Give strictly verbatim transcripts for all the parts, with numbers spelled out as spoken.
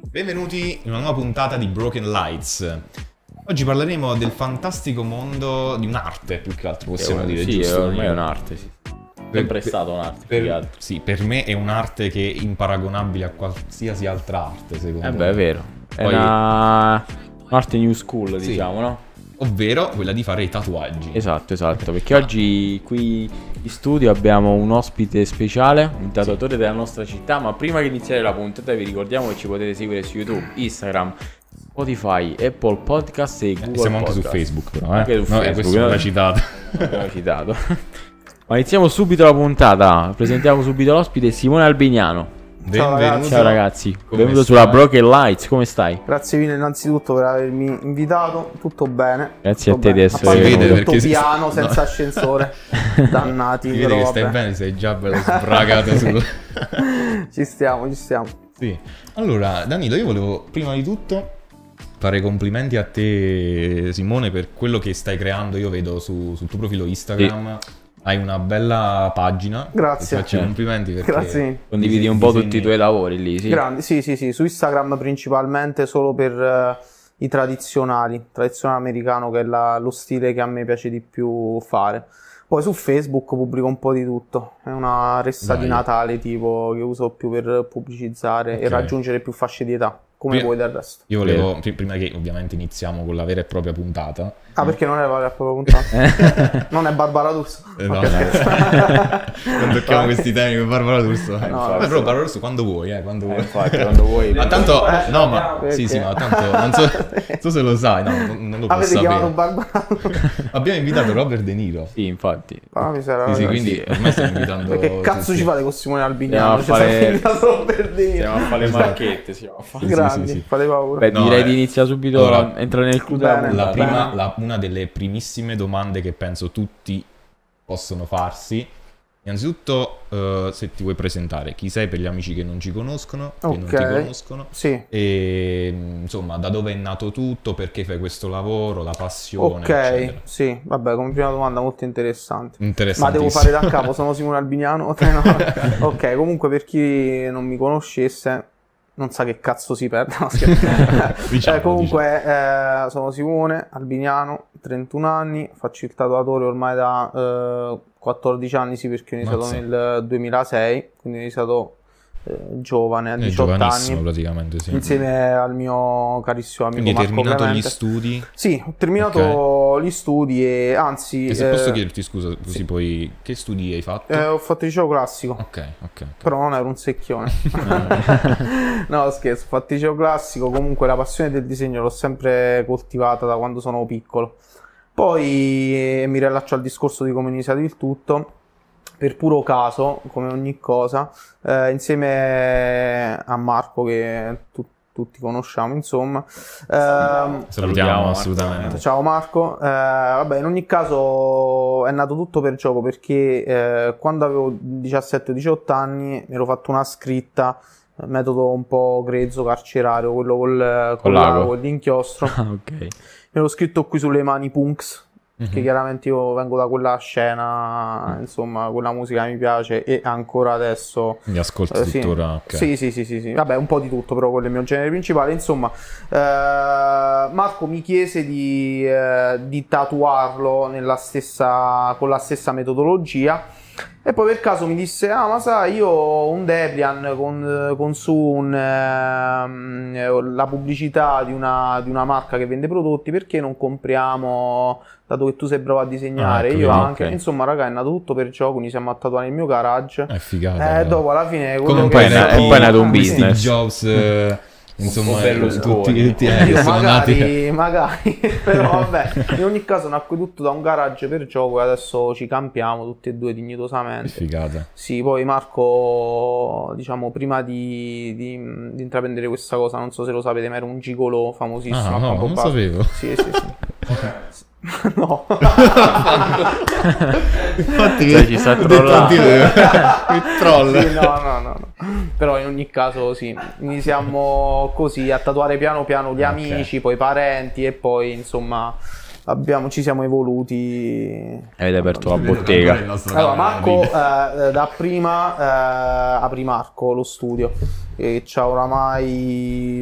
Benvenuti in una nuova puntata di Broken Lights. Oggi parleremo del fantastico mondo di un'arte, più che altro possiamo eh, dire, sì, giusto? ormai è un'arte, sì. Sempre è stata un'arte, più che altro. Sì, per me è un'arte che è imparagonabile a qualsiasi altra arte, secondo eh me. beh, è vero. È Poi... una... un'arte new school, sì, diciamo, no? Ovvero quella di fare i tatuaggi. Esatto, esatto, perché oggi qui in studio abbiamo un ospite speciale, un tatuatore della nostra città, ma prima che iniziare la puntata vi ricordiamo che ci potete seguire su YouTube, Instagram, Spotify, Apple Podcast e Google eh, siamo Podcast. anche su Facebook però, eh? Anche su no, Facebook, eh, questo non l'ha citato. Abbiamo citato. Ma iniziamo subito la puntata, presentiamo subito l'ospite Simone Albignano. Ciao ragazzi. Ciao ragazzi, Come benvenuto stai? sulla Broken Lights, come stai? Grazie mille innanzitutto per avermi invitato, tutto bene. Grazie tutto a te bene. di essere A parte venuto. tutto Perché si- piano, no. senza ascensore, dannati. Si vede però che stai vabbè. bene, sei già bello sbragato sul... Ci stiamo, ci stiamo. Sì. Allora, Danilo, io volevo prima di tutto fare complimenti a te, Simone, per quello che stai creando. Io vedo su- sul tuo profilo Instagram, hai una bella pagina. Grazie. Ti faccio i complimenti perché... Grazie mille. Condividi un po' tutti i tuoi lavori lì, sì. Grandi, sì, sì, sì, su Instagram principalmente solo per eh, i tradizionali, tradizionale americano, che è la- lo stile che a me piace di più fare. Poi su Facebook pubblico un po' di tutto, è una ressa Dai. di Natale tipo che uso più per pubblicizzare Ok. e raggiungere più fasce di età, come Io- voi del resto. Io volevo, pri- prima che ovviamente iniziamo con la vera e propria puntata... Ah, perché non è la propria puntata? Non è Barbara D'Urso? Eh, no, Ok. non tocchiamo questi temi con Barbara D'Urso. Eh, no, Beh, però Barbara D'Urso quando vuoi, eh, quando Eh, vuoi. infatti, quando vuoi. Ma tanto, Eh, no, ma perché? sì, sì, ma tanto non so, non so se lo sai, no, non, non lo posso Avete chiamato sapere. Barbara? Abbiamo invitato Robert De Niro. Sì, infatti. Ah, mi sarà- Sì, sì, quindi ormai stiamo invitando. Perché cazzo tutti. ci fate con Simone Andiamo Albignano? a Ci fare- siamo invitato per dire. Stiamo a fare le Esatto. marchette, stiamo a fare. Sì, sì, Grandi, sì, sì. fate paura. Beh, No, direi eh. di iniziare subito Allora, a entrare nel clou bene. della La puntata. prima, Bene. la- una delle primissime domande che penso tutti possono farsi. Innanzitutto, eh, se ti vuoi presentare, chi sei per gli amici che non ci conoscono, che non ti Ok. conoscono, Sì. e insomma, da dove è nato tutto, perché fai questo lavoro, la passione, Ok, eccetera. sì, vabbè, come prima domanda molto interessante. Ma Interessantissimo. devo fare da capo, sono Simone Albignano? Te no? Ok, comunque per chi non mi conoscesse, non sa che cazzo si perde. No, scherzo. Diciamo, Eh, comunque eh, sono Simone Albignano, trentuno anni, faccio il tatuatore ormai da eh, quattordici anni, sì, perché ho iniziato Mazza. nel duemilasei, quindi ho iniziato eh, giovane, a È diciotto giovanissimo anni, praticamente, sì. insieme al mio carissimo amico Quindi hai Marco terminato gli Clemente. studi. Sì, ho terminato gli studi e anzi E se eh, posso chiederti, scusa, così sì. poi, che studi hai fatto? eh, ho fatto liceo classico, Ok, ok. però non ero un secchione. No, scherzo, ho fatto liceo classico, comunque la passione del disegno l'ho sempre coltivata da quando sono piccolo. Poi eh, mi riallaccio al discorso di come è iniziato il tutto. Per puro caso, come ogni cosa, eh, insieme a Marco, che tu- tutti conosciamo, insomma. ehm, Salutiamo Marco. assolutamente. Ciao Marco. Eh, vabbè, in ogni caso è nato tutto per gioco, perché eh, quando avevo diciassette diciotto anni mi ero fatto una scritta, eh, metodo un po' grezzo, carcerario, quello col, Con con l'ago. l'ago, con l'inchiostro. Ah, ok. Mi ero scritto qui sulle mani Punks, perché Mhm. chiaramente io vengo da quella scena, insomma, quella musica mi piace e ancora adesso... Quindi ascolti eh, sì. tuttora, ok. Sì, sì, sì, sì, sì, vabbè, un po' di tutto, però quello è il mio genere principale. Insomma, eh, Marco mi chiese di, eh, di tatuarlo nella stessa, con la stessa metodologia. E poi per caso mi disse: ah, ma sai, io ho un Debian con, con su un, ehm, la pubblicità di una, di una marca che vende prodotti, perché non compriamo, dato che tu sei bravo a disegnare? Ah, ecco, Io vedi, anche, ok. insomma, raga, è nato tutto per gioco, quindi siamo a tatuare nel mio garage. È figata. Eh, dopo alla fine quello Come un che po' è na- sai- è poi è nato un Ah, sì. Steve business. Jobs, eh, insomma, Un po' Berlusconi. tutti, tutti eh, Eh, che sono nati... magari, magari, però vabbè, in ogni caso nacque tutto da un garage per gioco e adesso ci campiamo tutti e due È dignitosamente. figata. Sì, poi Marco, diciamo, prima di, di, di intraprendere questa cosa, non so se lo sapete, ma era un gigolò famosissimo. Ah, a no, Campo non Basso. sapevo. Sì, sì, sì. No. Infatti Sai, ci sta ho detto, trollando. "Oddio, che troll. Sì, no, no, no, no. Però in ogni caso sì, iniziamo così a tatuare piano piano gli Ok. amici, poi i parenti e poi insomma abbiamo, ci siamo evoluti. Avete aperto la bottega. Allora, Marco eh, da prima eh, aprì Marco lo studio e c'ha oramai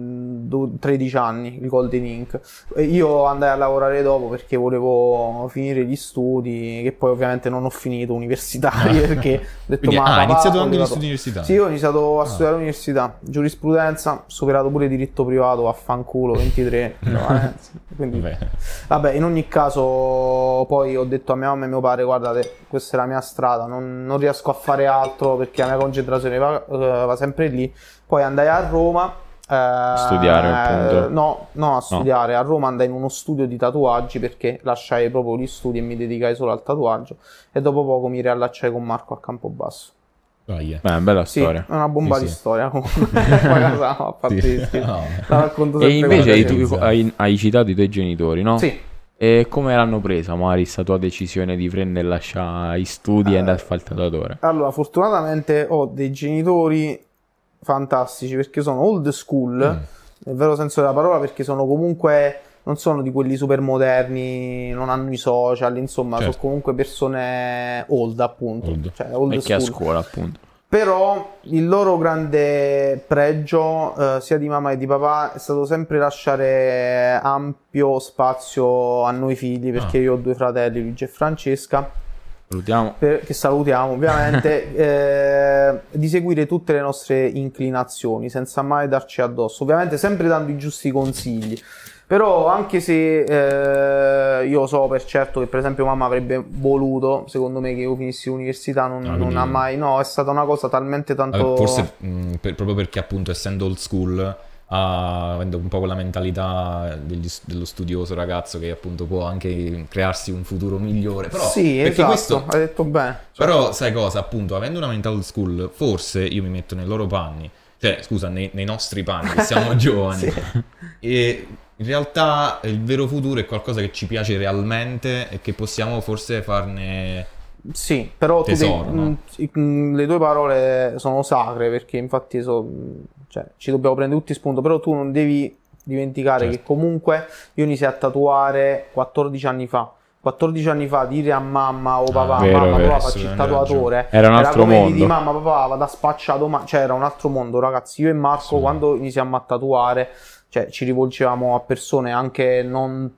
mh, tredici anni, il Golden Ink. E io andai a lavorare dopo perché volevo finire gli studi, che poi ovviamente non ho finito universitari, perché ho detto Quindi, ma ah, hai papà, iniziato anche gli dato... studi universitari? Sì, ho iniziato a Ah. studiare all'università, giurisprudenza, superato pure diritto privato, vaffanculo, ventitré. No, eh. Quindi, Vabbè. vabbè, in ogni caso poi ho detto a mia mamma e mio padre, guardate, questa è la mia strada, non, non riesco a fare altro perché la mia concentrazione va, uh, va sempre lì. Poi andai a Roma. Eh, Studiare, appunto. No, no, a studiare. No. A Roma andai in uno studio di tatuaggi perché lasciai proprio gli studi e mi dedicai solo al tatuaggio. E dopo poco mi riallacciai con Marco a Campobasso. Oh, yeah. Beh, bella Sì, storia. è una bomba Sì, di sì. storia. No, a parte Sì. gli scherzi. No. La racconto E sempre invece quando hai, c'è. tu, hai, hai citato i tuoi genitori, no? Sì. E come l'hanno presa, magari, questa tua decisione di prendere e lasciare i studi e andare a fare il tatuatore? Allora, fortunatamente ho dei genitori fantastici perché sono old school, Mm. nel vero senso della parola, perché sono comunque, non sono di quelli super moderni, non hanno i social, insomma, Certo. sono comunque persone old, appunto. Old. Cioè, old Perché a school. scuola, appunto. Però il loro grande pregio, eh, sia di mamma che di papà, è stato sempre lasciare ampio spazio a noi figli, perché Ah. io ho due fratelli, Luigi e Francesca, Salutiamo. per- che salutiamo ovviamente, eh, di seguire tutte le nostre inclinazioni senza mai darci addosso, ovviamente sempre dando i giusti consigli. Però anche se eh, io so per certo che per esempio mamma avrebbe voluto, secondo me, che io finissi l'università, non, Ah, non quindi- ha mai, no, è stata una cosa talmente tanto... Vabbè, forse mh, per- proprio perché appunto essendo old school, ha- avendo un po' quella mentalità degli- dello studioso ragazzo che appunto può anche crearsi un futuro migliore. Però, Sì, perché esatto, questo, hai detto bene. Cioè, però sai cosa, appunto, avendo una mentalità old school, forse io mi metto nei loro panni, cioè scusa, nei, nei nostri panni, che siamo giovani, Sì. e in realtà il vero futuro è qualcosa che ci piace realmente e che possiamo forse farne... Sì, però tu Tesoro, devi- no? mh, sì, mh, le tue parole sono sacre, perché infatti so- mh, cioè, ci dobbiamo prendere tutti spunto, però tu non devi dimenticare Certo. che comunque io iniziai a tatuare quattordici anni fa. quattordici anni fa dire a mamma o papà, vero, mamma, vero, papà, facci il assolutamente tatuatore, Era un altro come mondo. di mamma, papà, vado a spacciato, ma cioè era un altro mondo, ragazzi. Io e Marco, Sì. quando iniziamo a tatuare, cioè ci rivolgevamo a persone anche non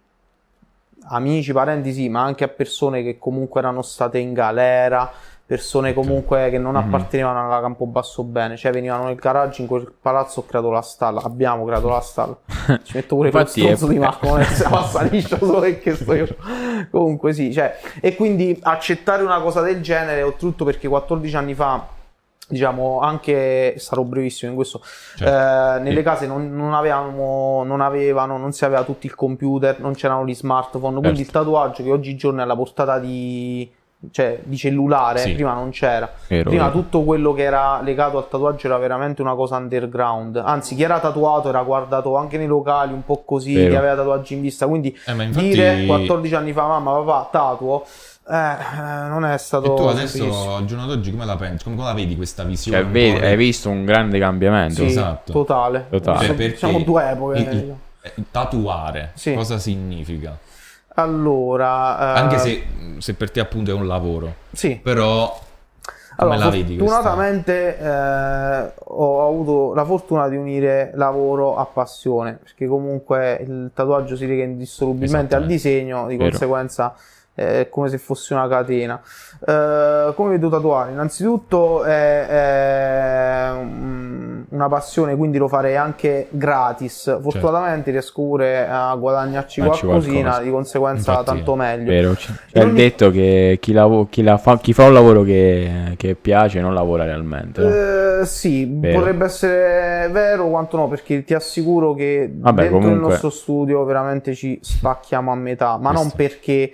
amici, parenti, sì, ma anche a persone che comunque erano state in galera, persone comunque che non Mhm. appartenevano alla Campobasso bene, cioè venivano nel garage, in quel palazzo ho creato la stalla, abbiamo creato la stalla, ci metto pure per lo Infatti stronzo è- di Marco, non è se la passa liscio solo perché sto io. Comunque sì, cioè, e quindi accettare una cosa del genere, oltretutto perché quattordici anni fa, diciamo, anche, sarò brevissimo in questo, Certo. eh, nelle case non, non avevamo, non avevano, non si aveva tutti il computer, non c'erano gli smartphone, quindi Certo. il tatuaggio che oggigiorno è alla portata di, cioè, di cellulare, Sì. prima non c'era. Vero, Prima vero. tutto quello che era legato al tatuaggio era veramente una cosa underground, anzi chi era tatuato era guardato anche nei locali un po' così, Vero. chi aveva tatuaggi in vista, quindi Eh, ma infatti... dire quattordici anni fa mamma, papà, tatuo, eh, eh, non è stato E tu semplicissimo. adesso, al giorno d'oggi, come la pensi? Come, come la vedi questa visione? Cioè, un vedi, po' hai che- visto un grande cambiamento. Sì, Esatto. totale. Totale. Cioè, Sono- perché Siamo due epoche. il- il- eh, tatuare, Sì. cosa significa? Allora, eh, Anche se, se per te appunto è un lavoro, sì. però come Allora, la vedi questa? fortunatamente eh, ho avuto la fortuna di unire lavoro a passione, perché comunque il tatuaggio si lega indissolubilmente al Esattamente. disegno, di Vero. conseguenza è come se fosse una catena. Eh, come vedo tatuare? Innanzitutto è, è un- una passione, quindi lo farei anche gratis. Fortunatamente riesco pure a guadagnarci Farci qualcosina, qualcosa. di conseguenza Infatti, tanto meglio. Vero, ci ci In ha ogni- detto che chi, lavo- chi la fa, chi fa un lavoro che, che piace non lavora realmente. no? Eh, sì, Vero. potrebbe essere vero quanto no, perché ti assicuro che Vabbè, dentro il comunque- nostro studio veramente ci spacchiamo a metà, ma non Questo. perché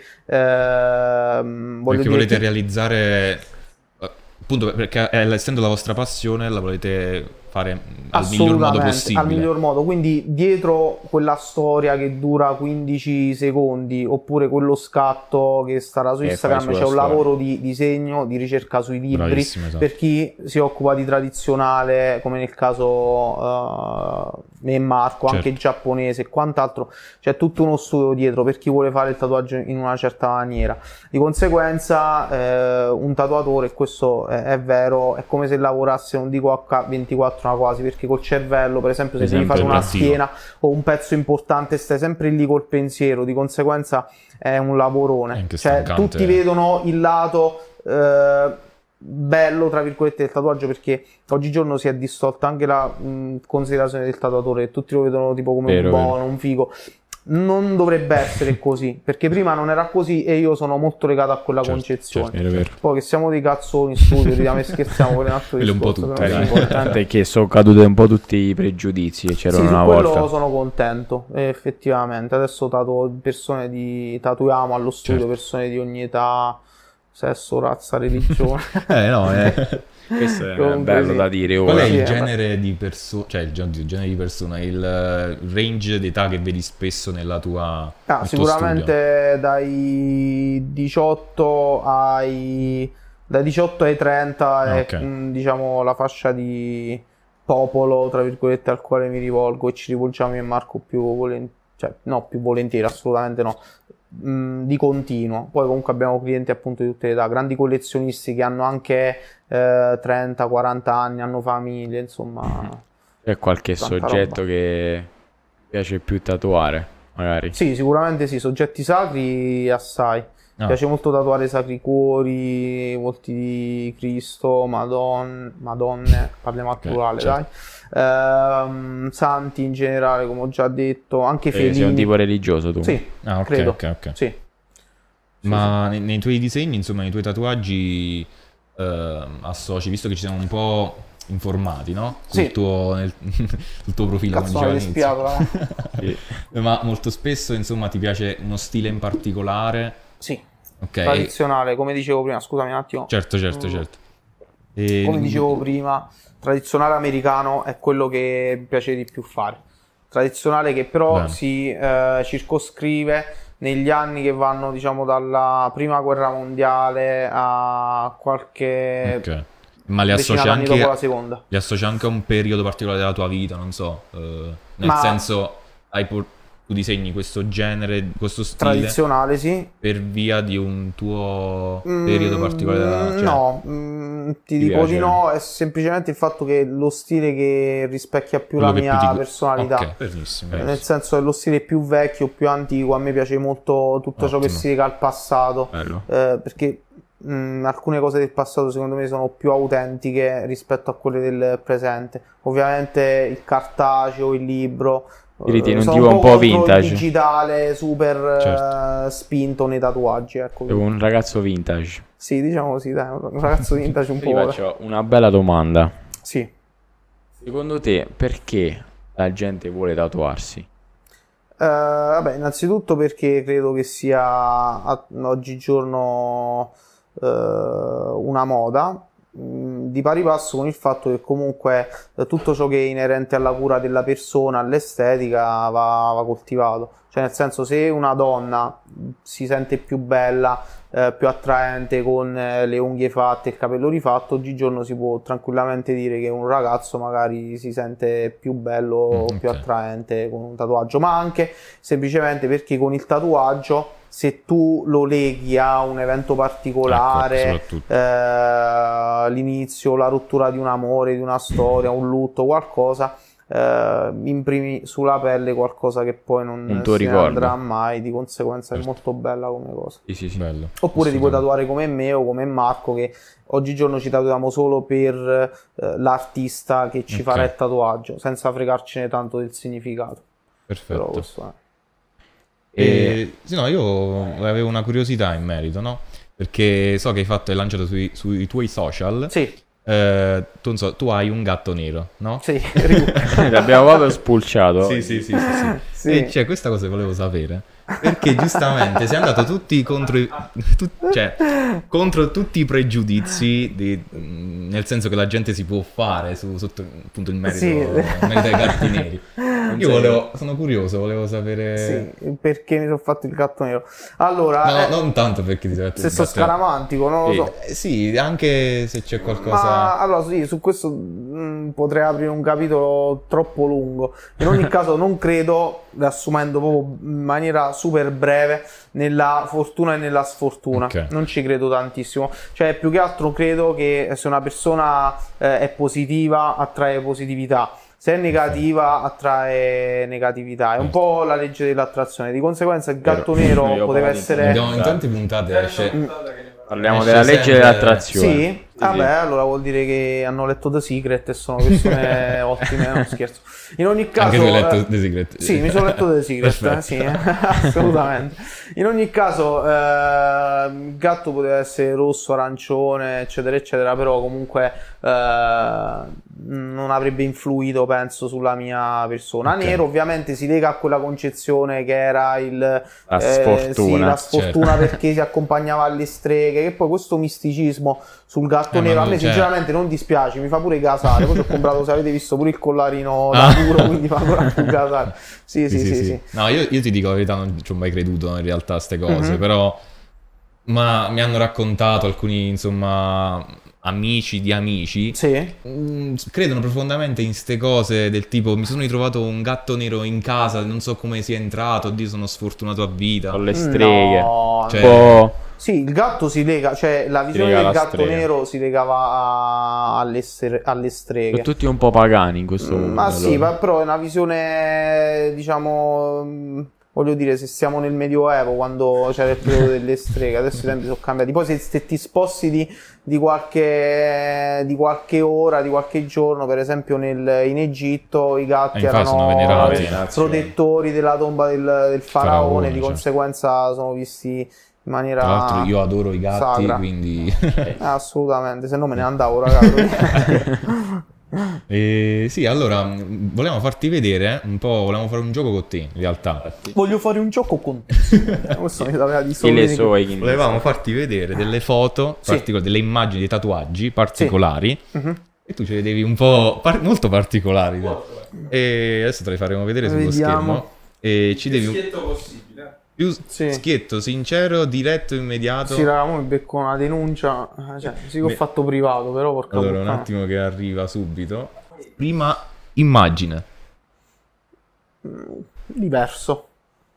ehm, voglio Perché dire volete che- realizzare, eh, appunto perché eh, essendo la vostra passione, la volete fare al miglior modo possibile. Al miglior modo, quindi dietro quella storia che dura quindici secondi oppure quello scatto che starà su Instagram c'è un lavoro di disegno, di ricerca sui libri, esatto. Per chi si occupa di tradizionale, come nel caso uh, me e Marco, certo. Anche giapponese e quant'altro, c'è tutto uno studio dietro per chi vuole fare il tatuaggio in una certa maniera. Di conseguenza eh, un tatuatore, questo è, è vero, è come se lavorasse, non dico acca ventiquattro ma quasi, perché col cervello, per esempio, se esempio, devi fare una schiena o un pezzo importante stai sempre lì col pensiero, di conseguenza è un lavorone, è cioè tutti vedono il lato eh, bello tra virgolette del tatuaggio, perché oggigiorno si è distolta anche la mh, considerazione del tatuatore, tutti lo vedono tipo come vero, un buono, vero. Un figo. Non dovrebbe essere così, perché prima non era così e io sono molto legato a quella certo, concezione. Certo, vero, vero. Poi che siamo dei cazzoni in studio, ridiamo e scherziamo, quello è un altro discorso. Un po' tutto, l'importante è che sono caduti un po' tutti i pregiudizi che c'erano sì, una su volta. Quello sono contento, effettivamente. Adesso tatuo persone di tatuiamo allo studio, certo. Persone di ogni età, sesso, razza, religione. eh no, eh. Questo è Comunque, bello sì. da dire. Qual ora. è il sì, genere di persona, cioè il, il genere di persona, il range d'età che vedi spesso nella tua ah, sicuramente studio? Dai diciotto ai dai diciotto ai trenta ah, è okay. mh, diciamo la fascia di popolo tra virgolette al quale mi rivolgo, e ci rivolgiamo io e Marco più volentieri, cioè no più volentieri, assolutamente no, mh, di continuo. Poi comunque abbiamo clienti appunto di tutte le età, grandi collezionisti che hanno anche Eh, trenta quaranta anni, hanno famiglie, insomma. C'è qualche soggetto roba. Che piace più tatuare, magari? Sì, sicuramente sì, soggetti sacri assai. Mi no. piace molto tatuare sacri cuori, volti di Cristo, Madon- Madonne, parliamo al plurale, okay, certo. dai. Ehm, santi in generale, come ho già detto, anche felini. Sei un tipo religioso tu? Sì, ah, okay, credo. Okay, okay. Sì. Ma sì, nei, nei tuoi disegni, insomma, nei tuoi tatuaggi Uh, associ, visto che ci siamo un po' informati, no? Sul, sì. tuo, nel, sul tuo profilo, Cazzo, come dicevo all'inizio. Sì. Ma molto spesso, insomma, ti piace uno stile in particolare? Sì. Okay. Tradizionale, come dicevo prima, scusami un attimo. Certo, certo, mm. certo. E... Come dicevo prima, tradizionale americano è quello che mi piace di più fare. Tradizionale che però Bene. si eh, circoscrive negli anni che vanno, diciamo, dalla prima guerra mondiale a qualche okay. Ma li associ anche dopo la seconda. Li associ anche a un periodo particolare della tua vita, non so, eh, nel Ma... senso hai por- tu disegni questo genere, questo stile tradizionale, sì, per via di un tuo periodo mm, particolare della, cioè... no, mm, ti, ti dico piace. Di no, è semplicemente il fatto che lo stile che rispecchia più quello la mia ti... personalità, okay, benissimo, benissimo. Nel senso che lo stile più vecchio, più antico, a me piace molto tutto Ottimo. Ciò che si lega al passato, eh, perché mh, alcune cose del passato secondo me sono più autentiche rispetto a quelle del presente. Ovviamente il cartaceo, il libro, ti ritieni un tipo un po' vintage, digitale, super certo. uh, spinto nei tatuaggi, ecco. È un ragazzo vintage. Sì, diciamo così, dai, un ragazzo vintage un po'. Ti faccio una bella domanda. Sì. Secondo te perché la gente vuole tatuarsi? Uh, vabbè, innanzitutto perché credo che sia a, oggigiorno uh, una moda, di pari passo con il fatto che comunque tutto ciò che è inerente alla cura della persona, all'estetica va, va coltivato, cioè nel senso, se una donna si sente più bella, eh, più attraente con le unghie fatte e il capello rifatto, oggigiorno si può tranquillamente dire che un ragazzo magari si sente più bello o okay. più attraente con un tatuaggio, ma anche semplicemente perché con il tatuaggio, se tu lo leghi a un evento particolare, ecco, eh, l'inizio, la rottura di un amore, di una storia, un lutto, qualcosa, eh, imprimi sulla pelle qualcosa che poi non un se ricordo. andrà mai, di conseguenza certo. È molto bella come cosa. Sì, sì, sì. Bello. Oppure ti puoi tatuare come me o come Marco, che oggigiorno ci tatuiamo solo per eh, l'artista che ci okay. farà il tatuaggio, senza fregarcene tanto del significato. Perfetto. Però questo è. E, sì, no, io avevo una curiosità in merito, no? Perché so che hai fatto e lanciato sui, sui tuoi social. Sì. Eh, tu, non so, tu hai un gatto nero, no? Sì. L'abbiamo proprio spulciato. Sì, sì, sì, sì, sì. Sì. E cioè, questa cosa volevo sapere. Perché giustamente sei andato tutti contro, i, tu- cioè, contro tutti i pregiudizi, di- nel senso che la gente si può fare su, sotto appunto il merito, Sì. il merito dei gatti neri. Io volevo, sono curioso, volevo sapere... Sì, perché mi sono fatto il gatto nero. Allora, No, eh, non tanto perché ti sei fatto se il sono gatto nero. scaramantico, non lo Sì. so. Eh, sì, anche se c'è qualcosa... Ma allora sì, su questo mh, potrei aprire un capitolo troppo lungo. In ogni caso non credo, riassumendo proprio in maniera super breve, nella fortuna e nella sfortuna. Ok. Non ci credo tantissimo. Cioè, più che altro credo che se una persona eh, è positiva, attrae positività. Se è negativa, attrae negatività. È un po' la legge dell'attrazione. Di conseguenza il gatto Vero. nero Io poteva parlo di- essere... Abbiamo in tante puntate esce... Parliamo Esce della legge sempre- dell'attrazione. Sì? Vabbè, allora vuol dire che hanno letto The Secret e sono persone ottime, no scherzo. In ogni caso... Anche tu hai letto eh, The Secret? Sì, mi sono letto The Secret, eh, Perfetto. sì, assolutamente. In ogni caso, eh, il gatto poteva essere rosso, arancione, eccetera, eccetera, però comunque eh, non avrebbe influito, penso, sulla mia persona. Ok. Nero ovviamente si lega a quella concezione che era il... La eh, sfortuna. sì, la sfortuna Certo. perché si accompagnava alle streghe, che poi questo misticismo sul gatto Eh, ma nero a non me c'è. sinceramente non dispiace, mi fa pure gasare. Poi ho comprato, se avete visto, pure il collarino da Ah. duro, quindi fa ancora più gasare. Sì, sì, sì, sì. No, io, io ti dico la verità, non ci ho mai creduto in realtà a ste cose, Mhm. però ma mi hanno raccontato alcuni, insomma, amici di amici, Sì. mm, credono profondamente in ste cose del tipo mi sono ritrovato un gatto nero in casa, non so come sia entrato, oddio sono sfortunato a vita. Con le streghe. No, Cioè- Un po'... sì, il gatto si lega, cioè la visione lega del alla gatto strega. nero si legava a- alle, stre- alle streghe. Sono tutti un po' pagani in questo mondo. Ma sì, allora. ma però è una visione, diciamo, mh, voglio dire, se siamo nel Medioevo, quando c'era il periodo delle streghe, adesso i tempi sono cambiati. Poi se, se ti sposti di, di, qualche, di qualche ora, di qualche giorno, per esempio nel- in Egitto, i gatti Eh, infatti sono erano venerati. Venerazione. protettori della tomba del, del faraone, Faraone, di cioè. conseguenza sono visti in maniera... Tra l'altro io adoro i gatti, sacra. quindi... Eh, assolutamente, se no me ne andavo, ragazzi. E sì, allora, mh, volevamo farti vedere un po', volevamo fare un gioco con te, in realtà. Voglio fare un gioco con te. Questo mi sapeva di Chi solo le di- so e chi ne Volevamo farti vedere delle foto, Sì. particol- delle immagini, dei tatuaggi particolari. Mhm. E tu ce li devi un po' par- molto particolari. dai. E adesso te li faremo vedere sullo Vediamo. schermo. E ci devi un schietto possibile. più Sì. schietto, sincero, diretto, immediato. Sì, raga, mo mi becco una denuncia. Eh, Cioè, sì che ho Beh. fatto privato, però porca Allora, un puttana. attimo che arriva subito. Prima immagine. Diverso.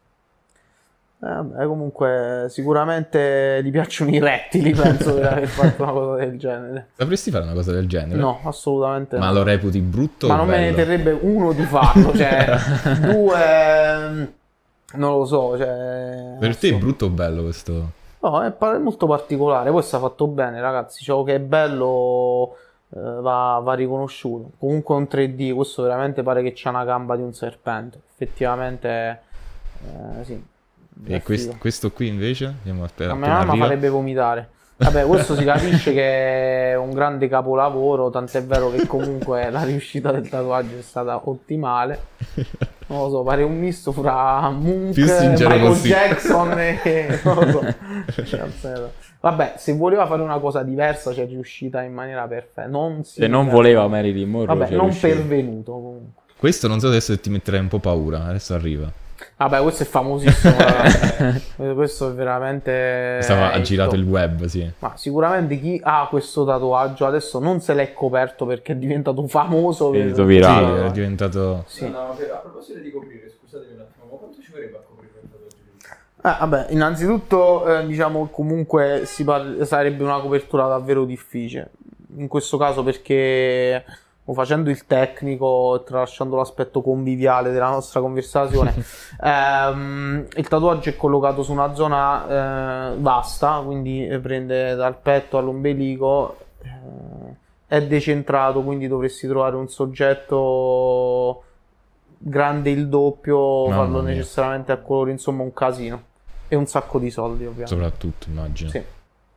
Eh, vabbè, comunque, sicuramente gli piacciono i rettili, penso, per aver fatto una cosa del genere. Sapresti fare una cosa del genere? No, assolutamente Ma no. lo reputi brutto Ma o non me ne bello? terrebbe uno di farlo, cioè, due... mm, non lo so, cioè... Per te è brutto o bello questo? No, è pa- è molto particolare, poi sta fatto bene, ragazzi. Ciò che è bello eh, va, va riconosciuto. Comunque è un tre D, questo veramente pare che c'ha una gamba di un serpente. Effettivamente, eh, sì. è E quest- figo. questo qui invece? Andiamo a A aspettare me appena mamma arriva. farebbe vomitare. Vabbè, questo si capisce che è un grande capolavoro, tant'è vero che comunque la riuscita del tatuaggio è stata ottimale. Non lo so, pare un misto fra Munch, Più sincero Michael possibile. Jackson e... non lo so. Vabbè, se voleva fare una cosa diversa ci è riuscita in maniera perfetta. Non si Se non voleva Marilyn Monroe, Vabbè, ci è non riuscito. pervenuto comunque. Questo non so adesso ti metterai un po' paura. Adesso arriva. Vabbè, questo è famosissimo, ragazzi. Questo è veramente... Stava, ha girato top. il web, sì. Ma sicuramente chi ha questo tatuaggio adesso non se l'è coperto perché è diventato famoso. È per- diventato virale. Sì, Ah, è diventato... Sì. No, no, a proposito di coprire, scusatemi un attimo, ma quanto ci vorrebbe a coprire il tatuaggio? Eh, vabbè, innanzitutto, eh, diciamo, comunque si parla- sarebbe una copertura davvero difficile. In questo caso perché o facendo il tecnico, tralasciando l'aspetto conviviale della nostra conversazione, ehm, il tatuaggio è collocato su una zona eh, vasta, quindi eh, prende dal petto all'ombelico, eh, è decentrato, quindi dovresti trovare un soggetto grande il doppio, Mamma farlo mia. necessariamente a colori, insomma un casino. E un sacco di soldi, ovviamente. Soprattutto, immagino. Sì.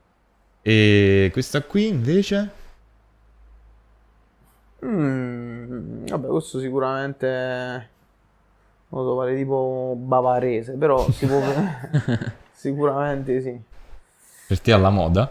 E questa qui invece? Mm, vabbè, questo sicuramente Non lo so, pare tipo bavarese, però si può... sicuramente sì. Per te alla moda?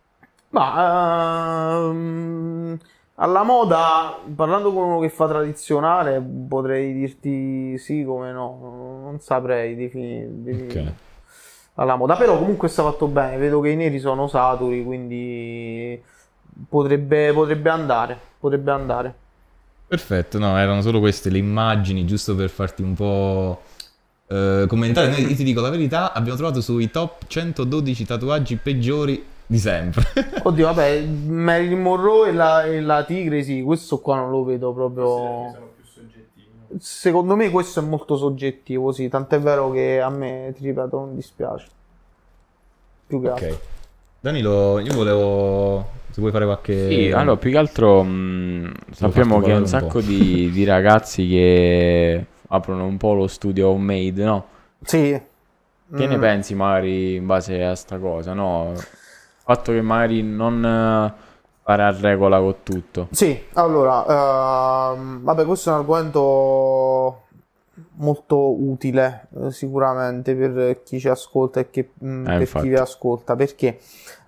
Ma ehm, alla moda, parlando con uno che fa tradizionale, potrei dirti sì come no, non saprei definire. Ok. Alla moda, però comunque sta fatto bene, vedo che i neri sono saturi, quindi potrebbe, potrebbe andare, potrebbe andare. Perfetto, no, erano solo queste le immagini, giusto per farti un po' eh, commentare. Noi, io ti dico la verità, abbiamo trovato sui top centododici tatuaggi peggiori di sempre. Oddio, vabbè, Marilyn Monroe e la, e la tigre, sì, questo qua non lo vedo proprio. Sono più soggettivi, no? Secondo me questo è molto soggettivo, sì, tant'è vero che a me, ti ripeto, non dispiace. Più che altro. Ok. Danilo, io volevo... Se vuoi fare qualche... Sì, allora più che altro mh, sappiamo farti che un parlare un sacco po'. di, di ragazzi che aprono un po' lo studio homemade, no? Sì. Che ne Mm. pensi magari in base a sta cosa, no? Il fatto che magari non eh, fare a regola con tutto. Sì, allora, ehm, vabbè, questo è un argomento molto utile eh, sicuramente per chi ci ascolta e che, mh, per infatti. chi vi ascolta, perché eh,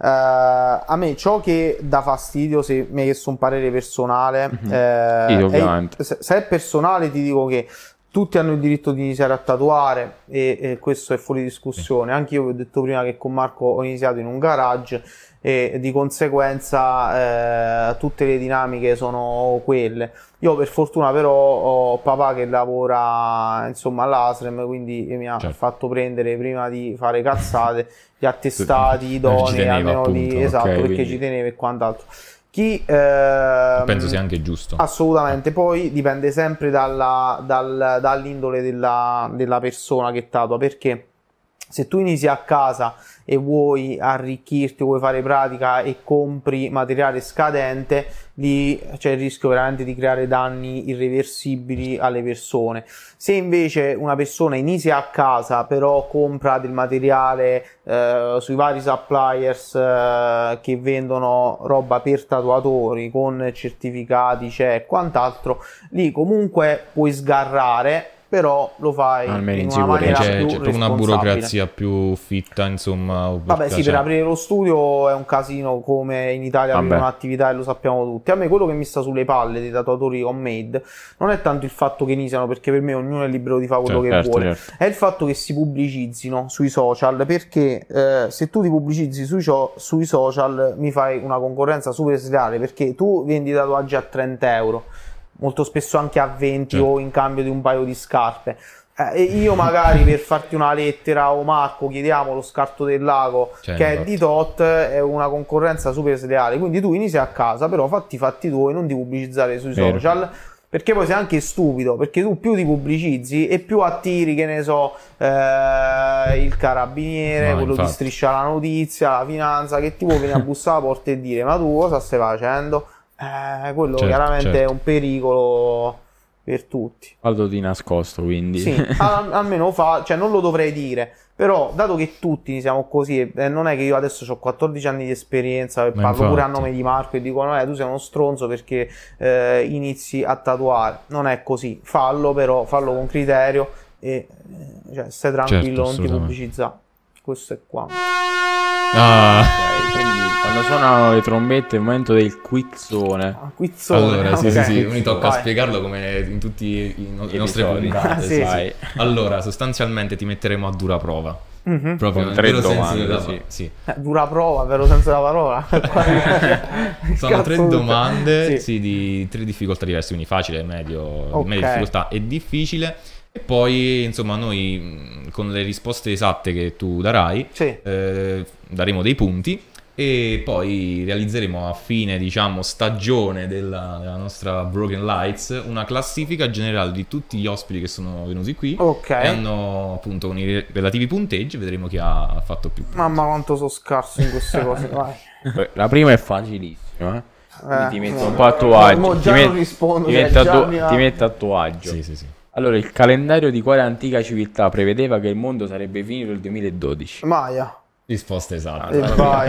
a me ciò che dà fastidio, se mi hai chiesto un parere personale, Mhm. eh, Sì, è- ovviamente. se, se è personale ti dico che tutti hanno il diritto di iniziare a tatuare e, e questo è fuori discussione. Anche io vi ho detto prima che con Marco ho iniziato in un garage e di conseguenza eh, tutte le dinamiche sono quelle. Io per fortuna però ho papà che lavora insomma all'Asrem, quindi mi ha Certo. fatto prendere prima di fare cazzate gli attestati idonei, teneva, almeno di, appunto, esatto, ok, perché quindi- ci teneva e quant'altro. Chi ehm, Penso sia anche giusto. assolutamente, poi dipende sempre dalla- dal- dall'indole della, della persona che tatua, perché se tu inizi a casa e vuoi arricchirti, vuoi fare pratica e compri materiale scadente, lì c'è il rischio veramente di creare danni irreversibili alle persone. Se invece una persona inizia a casa però compra del materiale eh, sui vari suppliers eh, che vendono roba per tatuatori con certificati, c'è e quant'altro, lì comunque puoi sgarrare, però lo fai Almeno in in una sicurezza. maniera C'è, più c'è proprio una responsabile. burocrazia più fitta, insomma. o Vabbè, sì, cioè- per aprire lo studio è un casino come in Italia aprire Vabbè. un'attività e lo sappiamo tutti. A me quello che mi sta sulle palle dei tatuatori homemade non è tanto il fatto che iniziano, perché per me ognuno è libero di fare quello che Certo, vuole, certo. è il fatto che si pubblicizzino sui social, perché eh, se tu ti pubblicizzi sui, cio- sui social mi fai una concorrenza super sleale, perché tu vendi tatuaggi a trenta euro, molto spesso anche a venti Certo. o in cambio di un paio di scarpe. Eh, e io magari per farti una lettera o Marco chiediamo lo scarto del lago Cioè, che è infatti. di tot, è una concorrenza super sleale, quindi tu inizi a casa, però fatti i fatti tuoi, non ti pubblicizzare sui Vero. social, perché poi sei anche stupido, perché tu più ti pubblicizzi e più attiri, che ne so, eh, il carabiniere, No, quello infatti. di Striscia la Notizia, la finanza, che ti può venire a bussare alla porta e dire ma tu cosa stai facendo? Eh, quello Certo, chiaramente certo. è un pericolo per tutti. Vado di nascosto, quindi. Sì, al- almeno fa, cioè non lo dovrei dire, però dato che tutti siamo così, e eh, non è che io adesso ho quattordici anni di esperienza e Ma parlo pure a infatti. nome di Marco e dicono eh tu sei uno stronzo perché eh, inizi a tatuare. Non è così, fallo però, fallo con criterio e eh, cioè, stai tranquillo, Certo, non ti assolutamente. pubblicizzare. Questo è qua. Ah, Ok, quindi quando suonano le trombette è il momento del quizzone. Ah, quizzone, allora, sì, ok. sì, sì, mi tocca Vai. spiegarlo come in tutti i, no- Gli le nostre episodi. puntate. Sì, sì. sai. Allora, sostanzialmente ti metteremo a dura prova. Mhm. Proprio Con nel tre vero senso domande, della sì. parola. Sì. Eh, dura prova, vero senso della parola. Sono Cazzo tre tutte. domande Sì. sì, di tre difficoltà diverse, quindi facile, medio, Ok. media difficoltà e difficile. E poi, insomma, noi mh, con le risposte esatte che tu darai, Sì. eh, daremo dei punti e poi realizzeremo a fine, diciamo, stagione della, della nostra Broken Lights una classifica generale di tutti gli ospiti che sono venuti qui Ok. e hanno appunto con i relativi punteggi, vedremo chi ha fatto più punti. Mamma quanto sono scarso in queste cose, vai. La prima è facilissima, eh. Quindi Eh, ti metto no. un po' a tuo agio. Mo Ti, già met- non rispondo, ti cioè, metto a già tuo- mi va- ti metto a tuo agio. Sì, sì, sì. Allora, il calendario di quale antica civiltà prevedeva che il mondo sarebbe finito nel duemiladodici? Maia. Risposta esatta. E vai.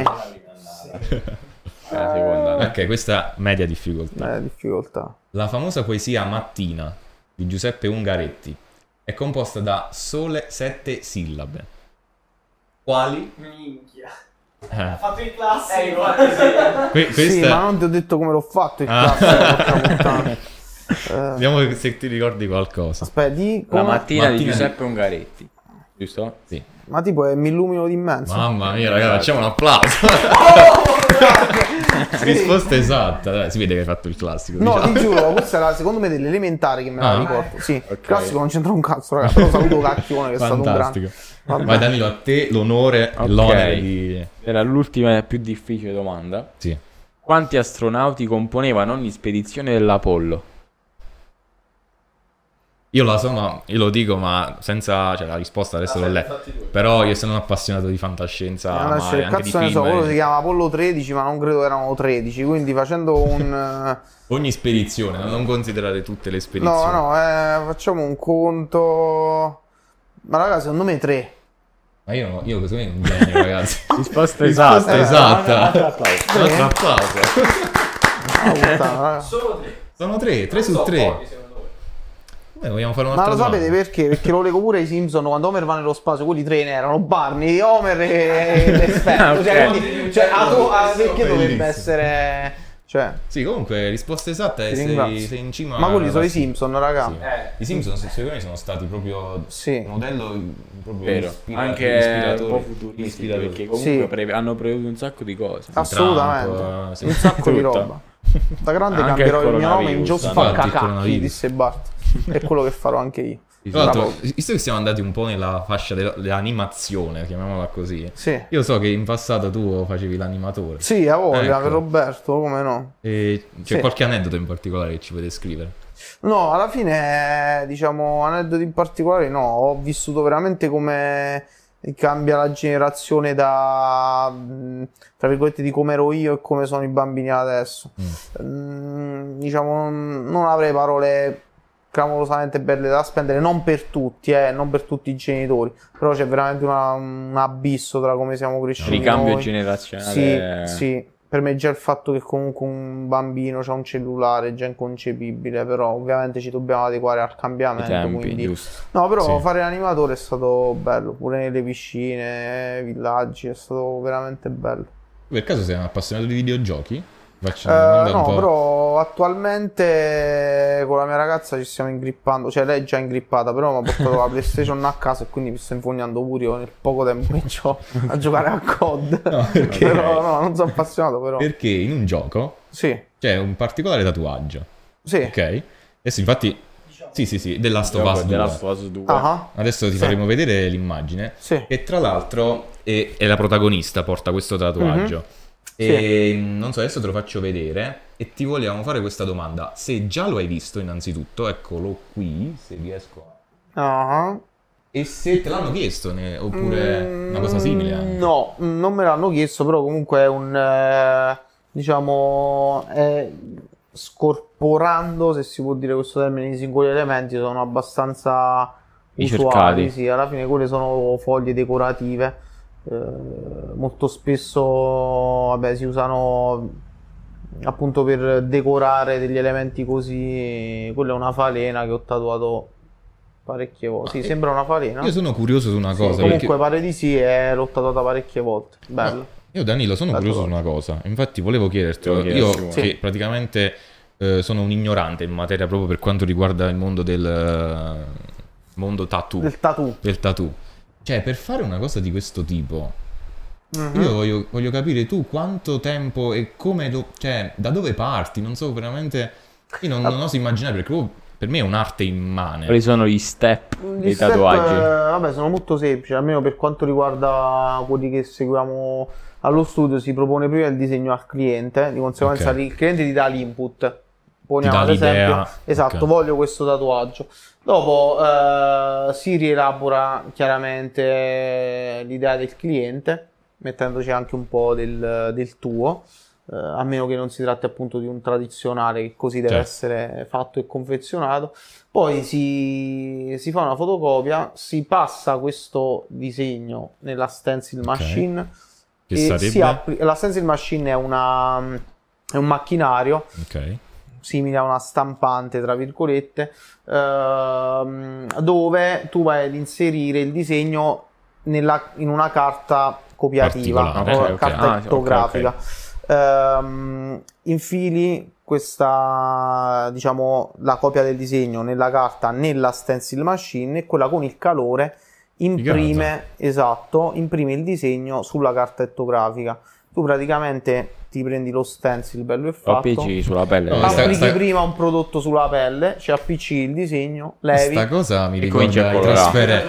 La seconda, no? Ok, questa media difficoltà. Eh, difficoltà. La famosa poesia Mattina di Giuseppe Ungaretti è composta da sole sette sillabe. Quali? Minchia. Eh. Ha fatto il classico. Eh, Que- Sì, questa... ma non ti ho detto come l'ho fatto il Ah. classico, porca puttana. Eh, Vediamo se ti ricordi qualcosa. aspetta, di La come- mattina, Mattina di di- Giuseppe Ungaretti. Giusto? Sì. Ma tipo è mi illumino d'immenso. Mamma mia, ragazzi, facciamo un applauso. Risposta esatta. Dai, si vede che hai fatto il classico. No, diciamo. ti giuro, questa era secondo me delle elementari che me la Ah. ricordo. Sì, Ok. il classico non c'entra un cazzo, ragazzi. Però saluto Cacchione che è stato un Fantastico. grande. Vabbè. Vai Danilo, a te l'onore Ok. e l'onere di... Era l'ultima e più difficile domanda. Sì. Quanti astronauti componevano ogni spedizione dell'Apollo? Io la so, ma io lo dico, ma senza... Cioè, la risposta adesso l'ho letta. Però io sono un appassionato di fantascienza, Eh, adesso ma che anche di cazzo ne so, film. quello eh. si chiama Apollo tredici, ma non credo erano tredici, quindi facendo un... eh, Ogni spedizione, non considerare tutte le spedizioni. No, no, eh, facciamo un conto... Ma raga, secondo me tre. Ma io, no, io così un genio, ragazzi. Risposta Risposta esatta. esatta. Altro applauso. Un altro applauso. Ah, puttana, raga. Solo tre. Sono tre, tre Non su so tre. pochi, secondo voi. Beh, vogliamo fare Ma un'altra lo sapete domanda? perché? Perché lo leggo pure ai Simpson quando Homer va nello spazio, quelli tre ne erano Barney, Homer e l'esperto. Ah, ok. Cioè, quindi, cioè, ah, tu- ah, perché dovrebbe Bellissimo. essere... Cioè, Sì, comunque, risposta esatta è ti sei, ringrazio. sei in cima. Ma quelli sono i alla- Simpson, raga. Sì. Eh. I Simpson, secondo me, sono stati proprio Sì. un modello proprio Vero. ispira- Anche un ispiratore- po' futuristico, ispiratore. perché comunque Sì. pre- hanno previsto un sacco di cose. Assolutamente. Trump, sì. Un sacco di Tutto. roba. Da grande Anche cambierò il il mio nome in coronavirus, Joe infatti, il Spaccacacchi, coronavirus. disse Bart. È quello che farò anche io. Tra l'altro, Bravo. visto che siamo andati un po' nella fascia della- dell'animazione, chiamiamola così, Sì. io so che in passato tu facevi l'animatore. Sì, a voglia, Ecco. per Roberto, come no? E c'è Sì. qualche aneddoto in particolare che ci puoi descrivere? No, alla fine, diciamo, aneddoti in particolare no, ho vissuto veramente come cambia la generazione da, mh, tra virgolette, di come ero io e come sono i bambini adesso. Mm, diciamo, non avrei parole clamorosamente belle da spendere, non per tutti, eh, non per tutti i genitori, però c'è veramente una- un abisso tra come siamo cresciuti Ricambio noi. generazionale. Sì, sì, per me già il fatto che comunque un bambino ha un cellulare è già inconcepibile, però ovviamente ci dobbiamo adeguare al I cambiamento, tempi, quindi... giusto. No, però Sì. fare l'animatore è stato bello, pure nelle piscine, villaggi, è stato veramente bello. Per caso sei un appassionato di videogiochi? Faccio Eh, una domanda un no, po'. però attualmente con la mia ragazza ci stiamo ingrippando, cioè lei è già ingrippata, però mi ha portato la PlayStation a casa e quindi mi sto infognando pure io nel poco tempo che ho a giocare a C O D. No, perché? Però no, non sono appassionato però. Perché in un gioco Sì, c'è un particolare tatuaggio, sì. ok? Adesso infatti, sì sì sì, della Last of Us della due. Last of Us due. Ah, Adesso ti Sì. faremo vedere l'immagine. sì. E tra l'altro è, è la protagonista, porta questo tatuaggio. Mhm. E non so, adesso te lo faccio vedere e ti vogliamo fare questa domanda. Se già lo hai visto innanzitutto, eccolo qui, se riesco a... Ah. E se te l'hanno chiesto, ne- oppure Mm, una cosa simile anche. No, non me l'hanno chiesto, però comunque è un, eh, diciamo, è scorporando, se si può dire questo termine, i singoli elementi sono abbastanza Ricercati. usuali, sì, alla fine quelle sono foglie decorative, eh, molto spesso, vabbè, si usano appunto per decorare degli elementi così. Quella è una falena che ho tatuato parecchie volte. Sì, Ah, sembra una falena. Io sono curioso su una Sì, cosa. comunque perché... pare di sì e l'ho tatuata parecchie volte. Bello. Io Danilo sono Bello. curioso su una cosa. Infatti volevo chiederti, Volevo io chiederti, che sì. praticamente eh, sono un ignorante in materia proprio per quanto riguarda il mondo del eh, mondo tattoo, Del tattoo. del tattoo. Cioè, per fare una cosa di questo tipo, Mhm. io voglio, voglio capire tu quanto tempo e come, do- cioè, da dove parti? Non so veramente, io non, non oso immaginare perché proprio per me è un'arte immane. Quali sono gli step Gli dei step, tatuaggi? eh, vabbè, sono molto semplici, almeno per quanto riguarda quelli che seguiamo allo studio. Si propone prima il disegno al cliente, di conseguenza Ok. il cliente ti dà l'input. Poniamo dà ad esempio, l'idea. esatto, Ok. voglio questo tatuaggio. Dopo eh, si rielabora chiaramente l'idea del cliente, mettendoci anche un po' del, del tuo. Eh, a meno che non si tratti appunto di un tradizionale che così deve Certo. essere fatto e confezionato. Poi si, si fa una fotocopia, si passa questo disegno nella stencil machine Che e sarebbe? si appli- la stencil machine è, una, è un macchinario, Ok. simile a una stampante, tra virgolette, ehm, dove tu vai ad inserire il disegno nella, in una carta copiativa, Particolare. o Ok, ok. carta Ah, ok, ettografica. Ehm, infili questa, diciamo, la copia del disegno nella carta, nella stencil machine, e quella con il calore imprime, esatto, imprime il disegno sulla carta ettografica. Tu praticamente ti prendi lo stencil bello e Lo fatto, appicci sulla pelle. No, esatto. sta- applichi sta- prima un prodotto sulla pelle, ci appiccichi il disegno, levi. Sta cosa mi E comincia ricorda a i colorare. trasferenti.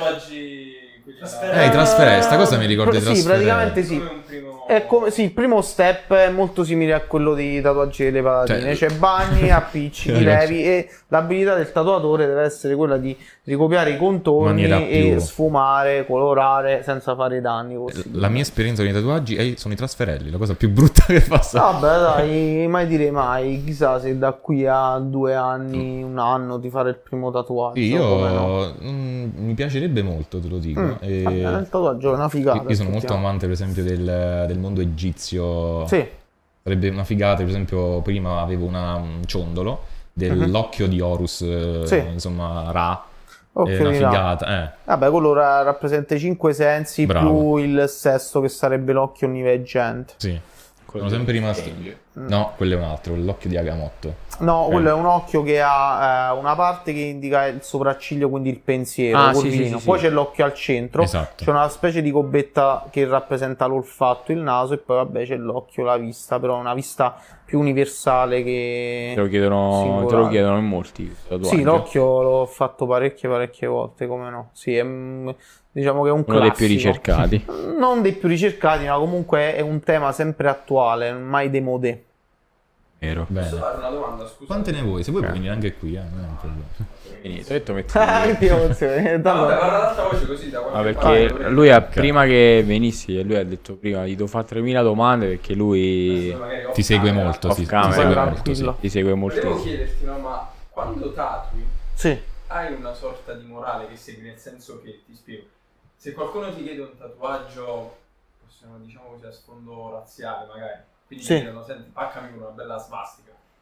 Eh, i trasferenti, sta cosa mi ricorda i Sì, trasferenti. praticamente sì. Come un primo... È come, sì, il primo step è molto simile a quello dei tatuaggi delle patatine, Cioè- cioè bagni, appiccichi, levi, e l'abilità del tatuatore deve essere quella di ricopiare i contorni Maniera e più- sfumare, colorare senza fare danni possibili. La mia esperienza con i tatuaggi è- sono i trasferelli, la cosa più brutta che passa. Vabbè, dai, mai dire mai, chissà se da qui a due anni, un anno ti fare il primo tatuaggio. Sì, come no. io mm, mi piacerebbe molto, te lo dico. Mm, E- vabbè, il tatuaggio è una figata. io sono molto effettivamente. amante, per esempio, del, del mondo egizio. Sì, Sarebbe una figata, per esempio, prima avevo una- un ciondolo dell'occhio di Horus, eh, Sì. insomma, Ra. occhio È una di là. figata, eh. Vabbè, quello ra- rappresenta i cinque sensi Bravo. più il sesto che sarebbe l'occhio onniveggente. Sì. Sono sempre rimasti. No, quello è un altro, l'occhio di Agamotto. No, Ok. quello è un occhio che ha eh, una parte che indica il sopracciglio, quindi il pensiero, Ah, sì, curvino. sì, sì, Poi sì. c'è l'occhio al centro, Esatto. c'è una specie di gobbetta che rappresenta l'olfatto, il naso, e poi vabbè c'è l'occhio, la vista, però una vista più universale che... Te lo chiedono, te lo singolare. chiedono in molti. tatuaggi. Sì, l'occhio l'ho fatto parecchie parecchie volte, come no. Sì, è, mm, diciamo che è un Uno dei classico. più ricercati. Non dei più ricercati, ma comunque è un tema sempre attuale, mai démodé. Vero. Posso Bene. fare una domanda, scusa? Quante ne vuoi? Se vuoi Ok. puoi venire anche qui, eh, non è un problema. Finito. Ho detto metti. Ah, che emozione. No, vabbè, parla ad alta voce così da Ma qualche perché parte, lui ha, prima che venissi, lui ha detto prima gli devo fare tremila domande perché lui magari off Ti segue camera. molto, off sì, ti camera. segue Guarda, molto, sì. tranquillo. ti segue Volevo moltissimo. chiederti, no, ma quando tatui Sì. hai una sorta di morale che segui, nel senso che, ti spiego, se qualcuno ti chiede un tatuaggio, possiamo, diciamo così, a sfondo razziale magari, quindi Sì. ti chiedono, senti, paccami con una bella svastica.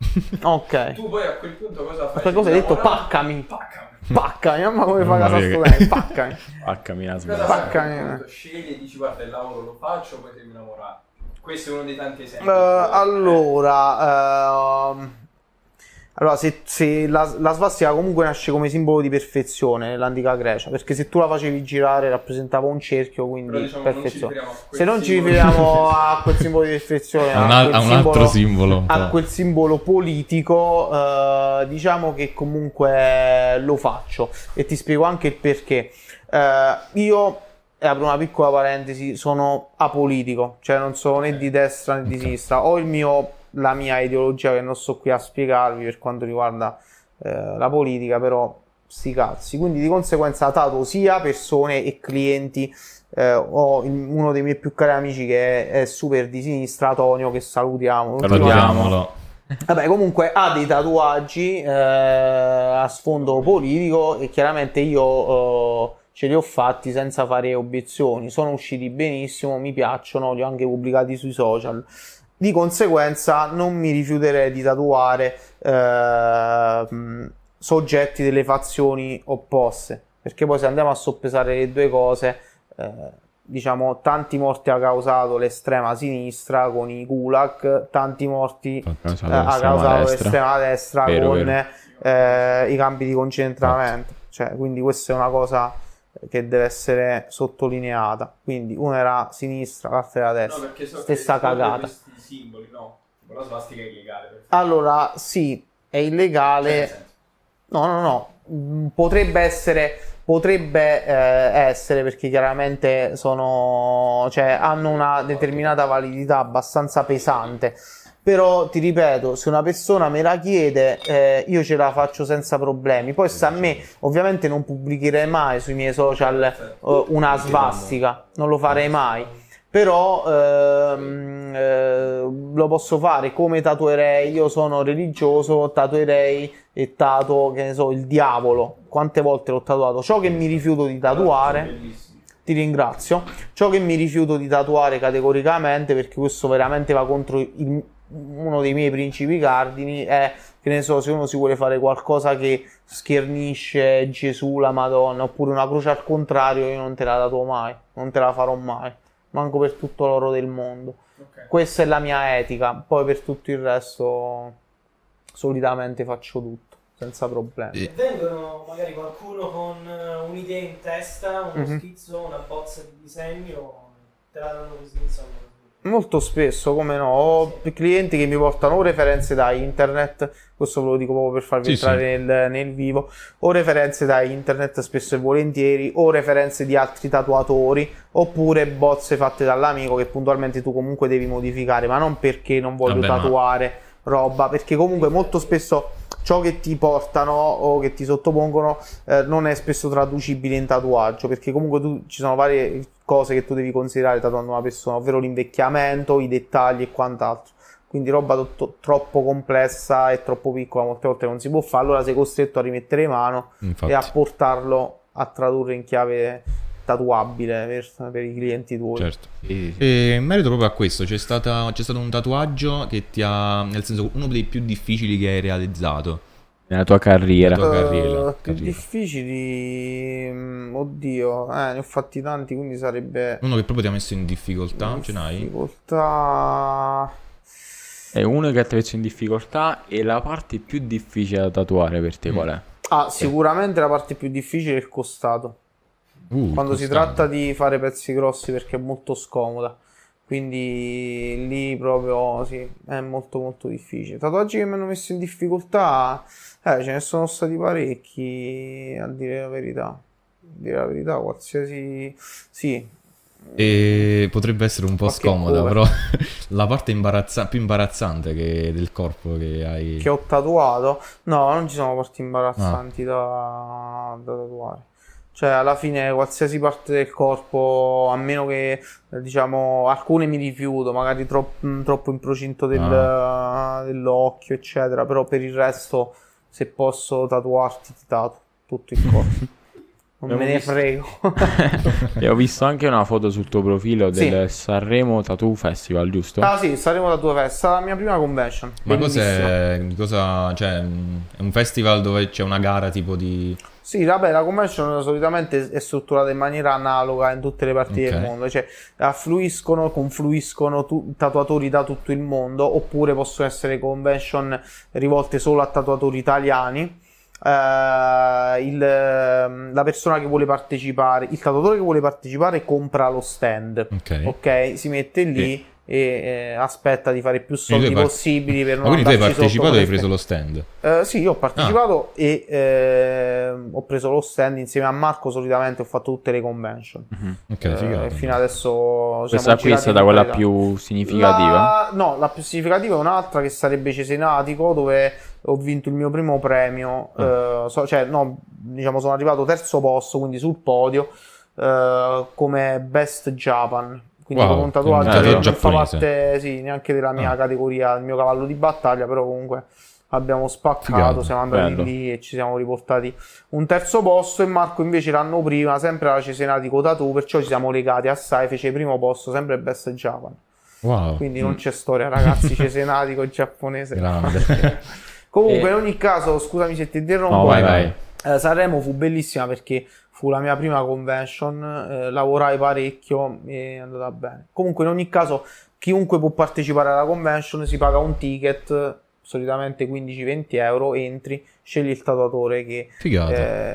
Ok. Tu poi a quel punto cosa fai? Aspetta, cosa hai Ti detto? innamorati? Paccami. Paccami. Paccami, mamma come fa Mamma casa mia, che- studente, paccami. Paccami una Cosa smella. fai? Paccami. A quel punto scegli e dici, guarda, il lavoro lo faccio, poi segui una morale. Questo è uno dei tanti esempi. Eh, allora, ehm, allora se, se la, la svastica comunque nasce come simbolo di perfezione nell'antica Grecia, perché se tu la facevi girare rappresentava un cerchio, quindi Però, diciamo, non ci perfezione. riferiamo a quel Se non ci simbolo. riferiamo a quel simbolo di perfezione, A un, a al- quel a un altro simbolo- simbolo un a po'. quel simbolo politico, eh, diciamo che comunque lo faccio, e ti spiego anche il perché. Eh, io, e apro una piccola parentesi, sono apolitico, cioè non sono né di destra né di Ok. sinistra, ho il mio, la mia ideologia che non sto qui a spiegarvi per quanto riguarda eh, la politica, però sti cazzi, quindi di conseguenza tatuo sia persone e clienti. Eh, ho il- uno dei miei più cari amici che è, è super di sinistra, Tonio, che salutiamo. Salutiamolo. Vabbè, comunque ha dei tatuaggi eh, a sfondo politico, e chiaramente io eh, ce li ho fatti senza fare obiezioni. Sono usciti benissimo, mi piacciono, li ho anche pubblicati sui social. Di conseguenza non mi rifiuterei di tatuare eh, mh, soggetti delle fazioni opposte, perché poi se andiamo a soppesare le due cose, eh, diciamo, tanti morti ha causato l'estrema sinistra con i gulag, tanti morti Ha causato eh, ha l'estrema causato destra. l'estrema destra Vero, con vero. eh, i campi di concentramento. Cioè, quindi questa è una cosa che deve essere sottolineata. Quindi una era sinistra, l'altra era No, destra. perché so Stessa che ricordo cagata. questi simboli, no? Tipo la svastica è illegale. Per Allora, sì, è illegale. Cioè, nel senso, No, no, no, Mm, potrebbe essere, potrebbe eh, essere, perché chiaramente sono, cioè, hanno una determinata validità abbastanza pesante. Però ti ripeto, se una persona me la chiede, eh, io ce la faccio senza problemi. Poi sta a me, ovviamente non pubblicherei mai sui miei social eh, una svastica, non lo farei mai. Però ehm, eh, lo posso fare come tatuerei. Io sono religioso, tatuerei e tatuo, che ne so, il diavolo. Quante volte l'ho tatuato? Ciò che mi rifiuto di tatuare, bellissimo. ti ringrazio, ciò che mi rifiuto di tatuare categoricamente, perché questo veramente va contro il- uno dei miei principi cardini, è che ne so, se uno si vuole fare qualcosa che schernisce Gesù, la Madonna, oppure una croce al contrario, io non te la tatuo mai, non te la farò mai, manco per tutto l'oro del mondo. Ok. Questa è la mia etica, poi per tutto il resto solitamente faccio tutto, senza problemi. Sì. Vengono magari qualcuno con eh, un'idea in testa, uno Mhm. schizzo, una bozza di disegno, te la danno così, insomma. Molto spesso, come no, ho clienti che mi portano o referenze da internet, questo ve lo dico proprio per farvi Sì, entrare nel, nel vivo, o referenze da internet spesso e volentieri, o referenze di altri tatuatori, oppure bozze fatte dall'amico che puntualmente tu comunque devi modificare, ma non perché non voglio Vabbè, ma- tatuare roba, perché comunque molto spesso ciò che ti portano o che ti sottopongono eh, non è spesso traducibile in tatuaggio, perché comunque tu, ci sono varie cose che tu devi considerare tatuando una persona, ovvero l'invecchiamento, i dettagli e quant'altro. Quindi roba to- troppo complessa e troppo piccola molte volte non si può fare, allora sei costretto a rimettere mano Infatti. e a portarlo a tradurre in chiave tatuabile per, per i clienti tuoi. Certo. Sì, sì. E in merito proprio a questo, c'è, stata, c'è stato un tatuaggio che ti ha, nel senso, uno dei più difficili che hai realizzato. Nella tua carriera. Nella tua Eh, carriera, più carriera. difficili, mm, oddio, eh, ne ho fatti tanti, quindi sarebbe Uno che proprio ti ha messo in difficoltà, ce n'hai? difficoltà. È uno che ti ha messo in difficoltà e la parte più difficile da tatuare per te qual è? Ah, sicuramente la parte più difficile è il costato. Uh, Quando si costante. tratta di fare pezzi grossi, perché è molto scomoda, quindi lì proprio sì, è molto molto difficile. Tatuaggi che mi hanno messo in difficoltà, eh, ce ne sono stati parecchi, a dire la verità. A dire la verità, qualsiasi sì. E potrebbe essere un po' Qualche scomoda, cover. però la parte imbarazza- più imbarazzante che del corpo che hai. Che ho tatuato, no, non ci sono parti imbarazzanti da, da tatuare. Cioè, alla fine, qualsiasi parte del corpo, a meno che, eh, diciamo, alcune mi rifiuto, magari tro- mh, troppo in procinto del- dell'occhio, eccetera. Però per il resto, se posso tatuarti, ti tatuo tutto il corpo. Non Abbiamo me ne visto- frego. E ho visto anche una foto sul tuo profilo Sì. del Sanremo Tattoo Festival, giusto? Ah sì, saremo da tua festa, la mia prima convention. Ma Bellissima. cos'è? Di cosa, cioè, mh, è un festival dove c'è una gara tipo di. Sì, vabbè, la convention solitamente è strutturata in maniera analoga in tutte le parti Ok. del mondo, cioè affluiscono, confluiscono tu- tatuatori da tutto il mondo, oppure possono essere convention rivolte solo a tatuatori italiani. Eh, il, la persona che vuole partecipare, il tatuatore che vuole partecipare compra lo stand, Ok. ok? Si mette lì e eh, aspetta di fare più soldi Quindi tu hai par- possibili per non Ma quindi tu hai andarci partecipato sotto e hai con le preso lo stand. eh, sì, io ho partecipato e eh, ho preso lo stand insieme a Marco. Solitamente ho fatto tutte le convention. Ok, Eh, figata. e fino adesso Questa siamo qui è girati stata in quella tutta più significativa? La- No, la più significativa è un'altra che sarebbe Cesenatico, dove ho vinto il mio primo premio. eh, so- cioè, no, diciamo, sono arrivato terzo posto, quindi sul podio, eh, come Best Japan. Quindi Wow, con un tatuaggio un che non fa giapponese. parte, sì, neanche della mia Ah. categoria, il mio cavallo di battaglia, però comunque abbiamo spaccato, Figata, siamo andati bello. lì e ci siamo riportati un terzo posto. E Marco invece l'anno prima, sempre alla Cesenatico Tattoo, perciò ci siamo legati assai, fece primo posto, sempre Best Japan. Wow. Quindi non c'è storia, ragazzi, Cesenatico e giapponese. Grande. Comunque, E- in ogni caso, scusami se ti interrompo. No, vai, vai. vai. eh, Sanremo fu bellissima perché fu la mia prima convention, eh, lavorai parecchio e è andata bene. Comunque, in ogni caso, chiunque può partecipare alla convention, si paga un ticket, solitamente quindici venti euro, entri, scegli il tatuatore che Figata.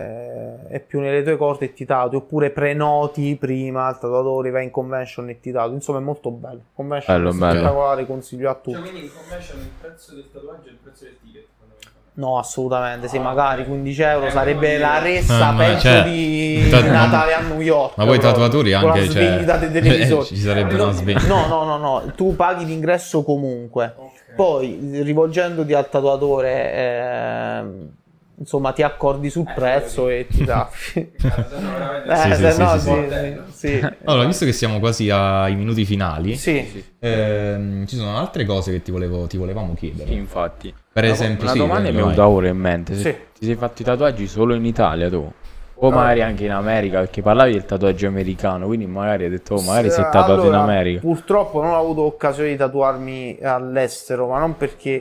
eh, è più nelle tue corde e ti tatui, oppure prenoti prima il tatuatore, vai in convention e ti tatui. Insomma, è molto bello. Convention Bello, è bello. spettacolare, consiglio a Cioè, tutti. quindi in convention il prezzo del tatuaggio è il prezzo del ticket, fondamentalmente. No, assolutamente, se magari quindici euro Eh, sarebbe ma- la ressa Ah, ma- peggio cioè, di ta- Natale a New York. Ma poi i proprio, tatuatori con anche, la cioè, sveglia dei televisori. eh, ci sarebbe No, una sveglia. No, no, no, no, tu paghi l'ingresso comunque. Ok. Poi, rivolgendoti al tatuatore, ehm, insomma, ti accordi sul Eh, prezzo sì. e ti dà. Cazzo, no, veramente- Eh, Sì, sì, se sì, no, sì, sì, sì. sì, sì. Allora, visto che siamo quasi ai minuti finali, Sì. ehm, ci sono altre cose che ti, volevo, ti volevamo chiedere. Sì, infatti. Per Una- esempio, una sì, domanda vai, mi è vai. venuta ora in mente. Se Sì. ti sei fatti i tatuaggi solo in Italia tu? O magari anche in America, perché parlavi del tatuaggio americano, quindi magari hai detto, oh, magari sei Eh, tatuato in allora, America. Purtroppo non ho avuto occasione di tatuarmi all'estero, ma non perché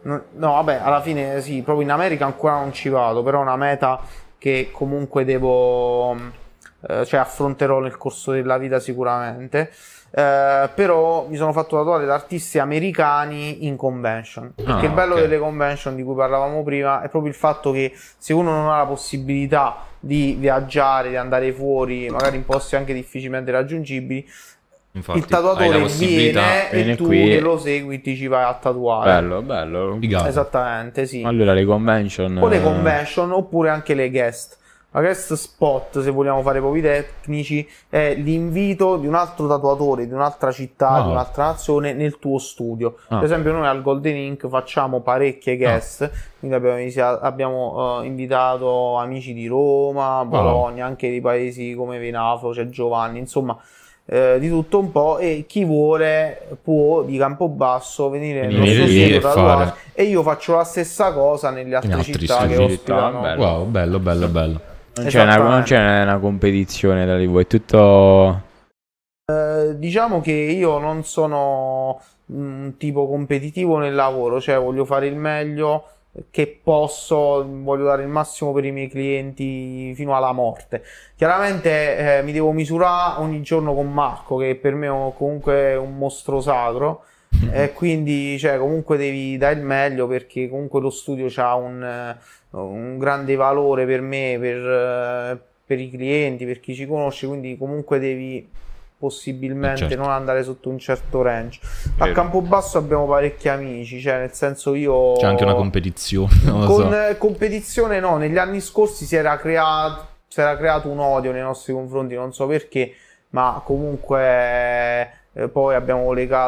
No, no, vabbè, alla fine sì, proprio in America ancora non ci vado, però è una meta che comunque devo, eh, cioè affronterò nel corso della vita sicuramente. Eh, però mi sono fatto tatuare da artisti americani in convention, perché Ah, il bello ok. delle convention di cui parlavamo prima è proprio il fatto che se uno non ha la possibilità di viaggiare, di andare fuori, magari in posti anche difficilmente raggiungibili, Infatti, il hai la tatuatore possibilità. viene e viene tu qui che e- lo segui ti ci vai a tatuare. Bello, bello. Figata. Esattamente, sì. Allora le convention... O le eh, convention oppure anche le guest. La guest spot, se vogliamo fare proprio tecnici, è l'invito di un altro tatuatore di un'altra città, Ah. di un'altra nazione nel tuo studio. Ah. Per esempio noi al Golden Ink facciamo parecchie guest, quindi abbiamo, iniziato- abbiamo eh, invitato amici di Roma, Bologna, anche di paesi come Venafro, c'è Giovanni, insomma eh, di tutto un po', e chi vuole può di Campobasso venire nel Venire nostro lì studio e tatuare, fare. e io faccio la stessa cosa nelle altre altri città studi. che Città, ospitano. bello. Wow, bello, bello, bello. Non c'è, una, non Esattamente. c'è una competizione tra di voi, è tutto... Eh, diciamo che io non sono un tipo competitivo nel lavoro, cioè voglio fare il meglio che posso, voglio dare il massimo per i miei clienti fino alla morte. Chiaramente eh, mi devo misurare ogni giorno con Marco, che per me è comunque un mostro sacro, e quindi cioè, comunque devi dare il meglio, perché comunque lo studio ha un, eh, un grande valore per me, per, eh, per i clienti, per chi ci conosce, quindi comunque devi possibilmente Eh, certo. non andare sotto un certo range. A Vero. Campobasso abbiamo parecchi amici, cioè nel senso io... C'è anche una competizione, non lo Con so. eh, competizione no, negli anni scorsi si era creato, si era creato un odio nei nostri confronti, non so perché, ma comunque eh, poi abbiamo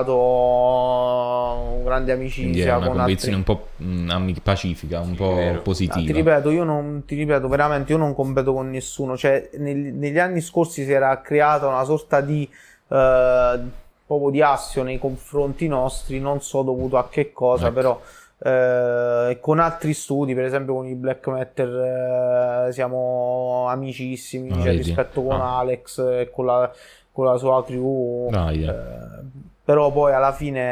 legato grande Quindi è amicizia una con competizione altri... un po' mh, ami- pacifica, un po' vero. Ah, ti positiva. ripeto, io non ti ripeto veramente, io non competo con nessuno, cioè nel- negli anni scorsi si era creata una sorta di eh, proprio di assio nei confronti nostri, non so dovuto a che cosa, Ecco. però eh, con altri studi, per esempio con i Black Matter, eh, siamo amicissimi, Ah, cioè, vedi? rispetto con Ah. Alex e con la, con la sua crew. Dai, eh. Eh, però poi alla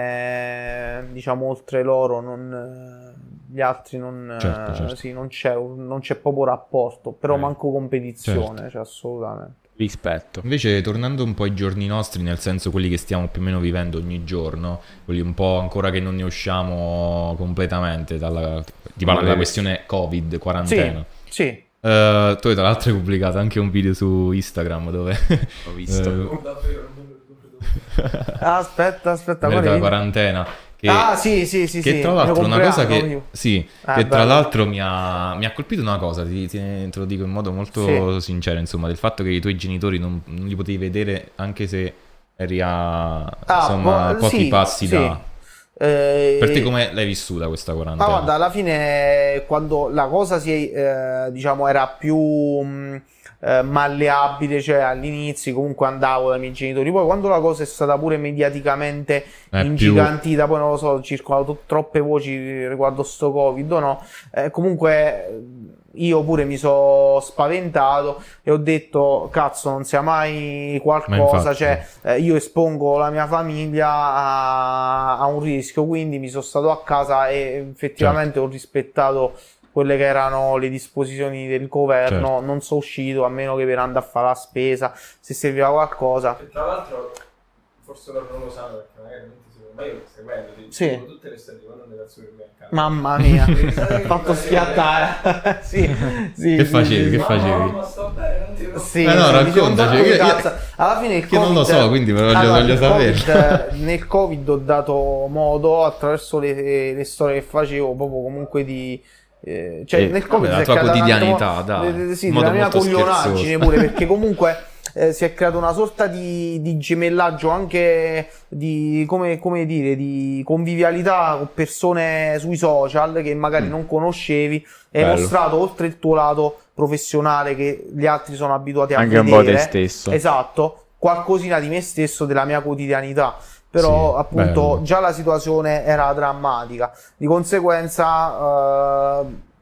fine, diciamo, oltre loro, non, gli altri non, Certo, eh, certo. sì, non c'è, un- non c'è proprio rapporto, però Eh, manco competizione, certo. cioè, assolutamente. rispetto. Invece, tornando un po' ai giorni nostri, nel senso quelli che stiamo più o meno vivendo ogni giorno, quelli un po' ancora che non ne usciamo completamente dalla, ti parlo della questione Covid, quarantena. Sì, sì. Eh, tu tra l'altro hai pubblicato anche un video su Instagram dove Ho visto. eh, Oh, davvero, non me lo ricordo. Ah, aspetta, aspetta, della guarda, quarantena. Che, ah, sì, sì, sì, che sì. tra il mio l'altro una cosa compleanno, che, io. sì, Ah, che tra bello. l'altro mi ha, mi ha colpito una cosa, ti, ti- te lo dico in modo molto Sì. sincero, insomma, del fatto che i tuoi genitori non, non li potevi vedere anche se eri a Ah, insomma, po- pochi sì, passi sì. da... Eh, Per te come l'hai vissuta questa Ma quarantena? guarda, alla fine quando la cosa si eh, diciamo era più mh, eh, malleabile, cioè all'inizio comunque andavo dai miei genitori, poi quando la cosa è stata pure mediaticamente È più- ingigantita, poi non lo so, circolano tro- troppe voci riguardo sto Covid o no, eh, comunque io pure mi sono spaventato e ho detto cazzo, non sia mai Ma qualcosa, infatti. cioè eh, io espongo la mia famiglia a, a un rischio, quindi mi sono stato a casa e effettivamente Certo. ho rispettato quelle che erano le disposizioni del governo, Certo. non sono uscito a meno che per andare a fare la spesa, se serviva qualcosa. E tra l'altro, forse loro non lo sanno perché magari non ti seguono, ma io seguendo, ti Sì. seguo tutte le stagioni quando andavo al supermercato. Mamma mia, fatto schiattare. sì, sì, Che sì, facevi? sì, Che sì. facevi? No, ma sto bene, non ti preoccupare. Sì, Eh no, sì, raccontaci, dicevo un sacco io- di io- cazzo. Alla fine il che non lo Covid- so, quindi voglio- allora, voglio il sapere. Covid, nel Covid ho dato modo attraverso le, le storie che facevo, proprio comunque di eh, cioè Eh, nel Covid vabbè, la si è tua creata una- quotidianità, dai, eh, sì, in modo della mia molto coglionaggine scherzoso. pure, perché comunque eh, si è creata una sorta di, di gemellaggio, anche di come, come dire, di convivialità con persone sui social che magari Mm. non conoscevi, e hai Bello. mostrato oltre il tuo lato professionale che gli altri sono abituati a Anche un vedere, po' te stesso. esatto, qualcosina di me stesso, della mia quotidianità. Però Sì, appunto bello. già la situazione era drammatica, di conseguenza eh,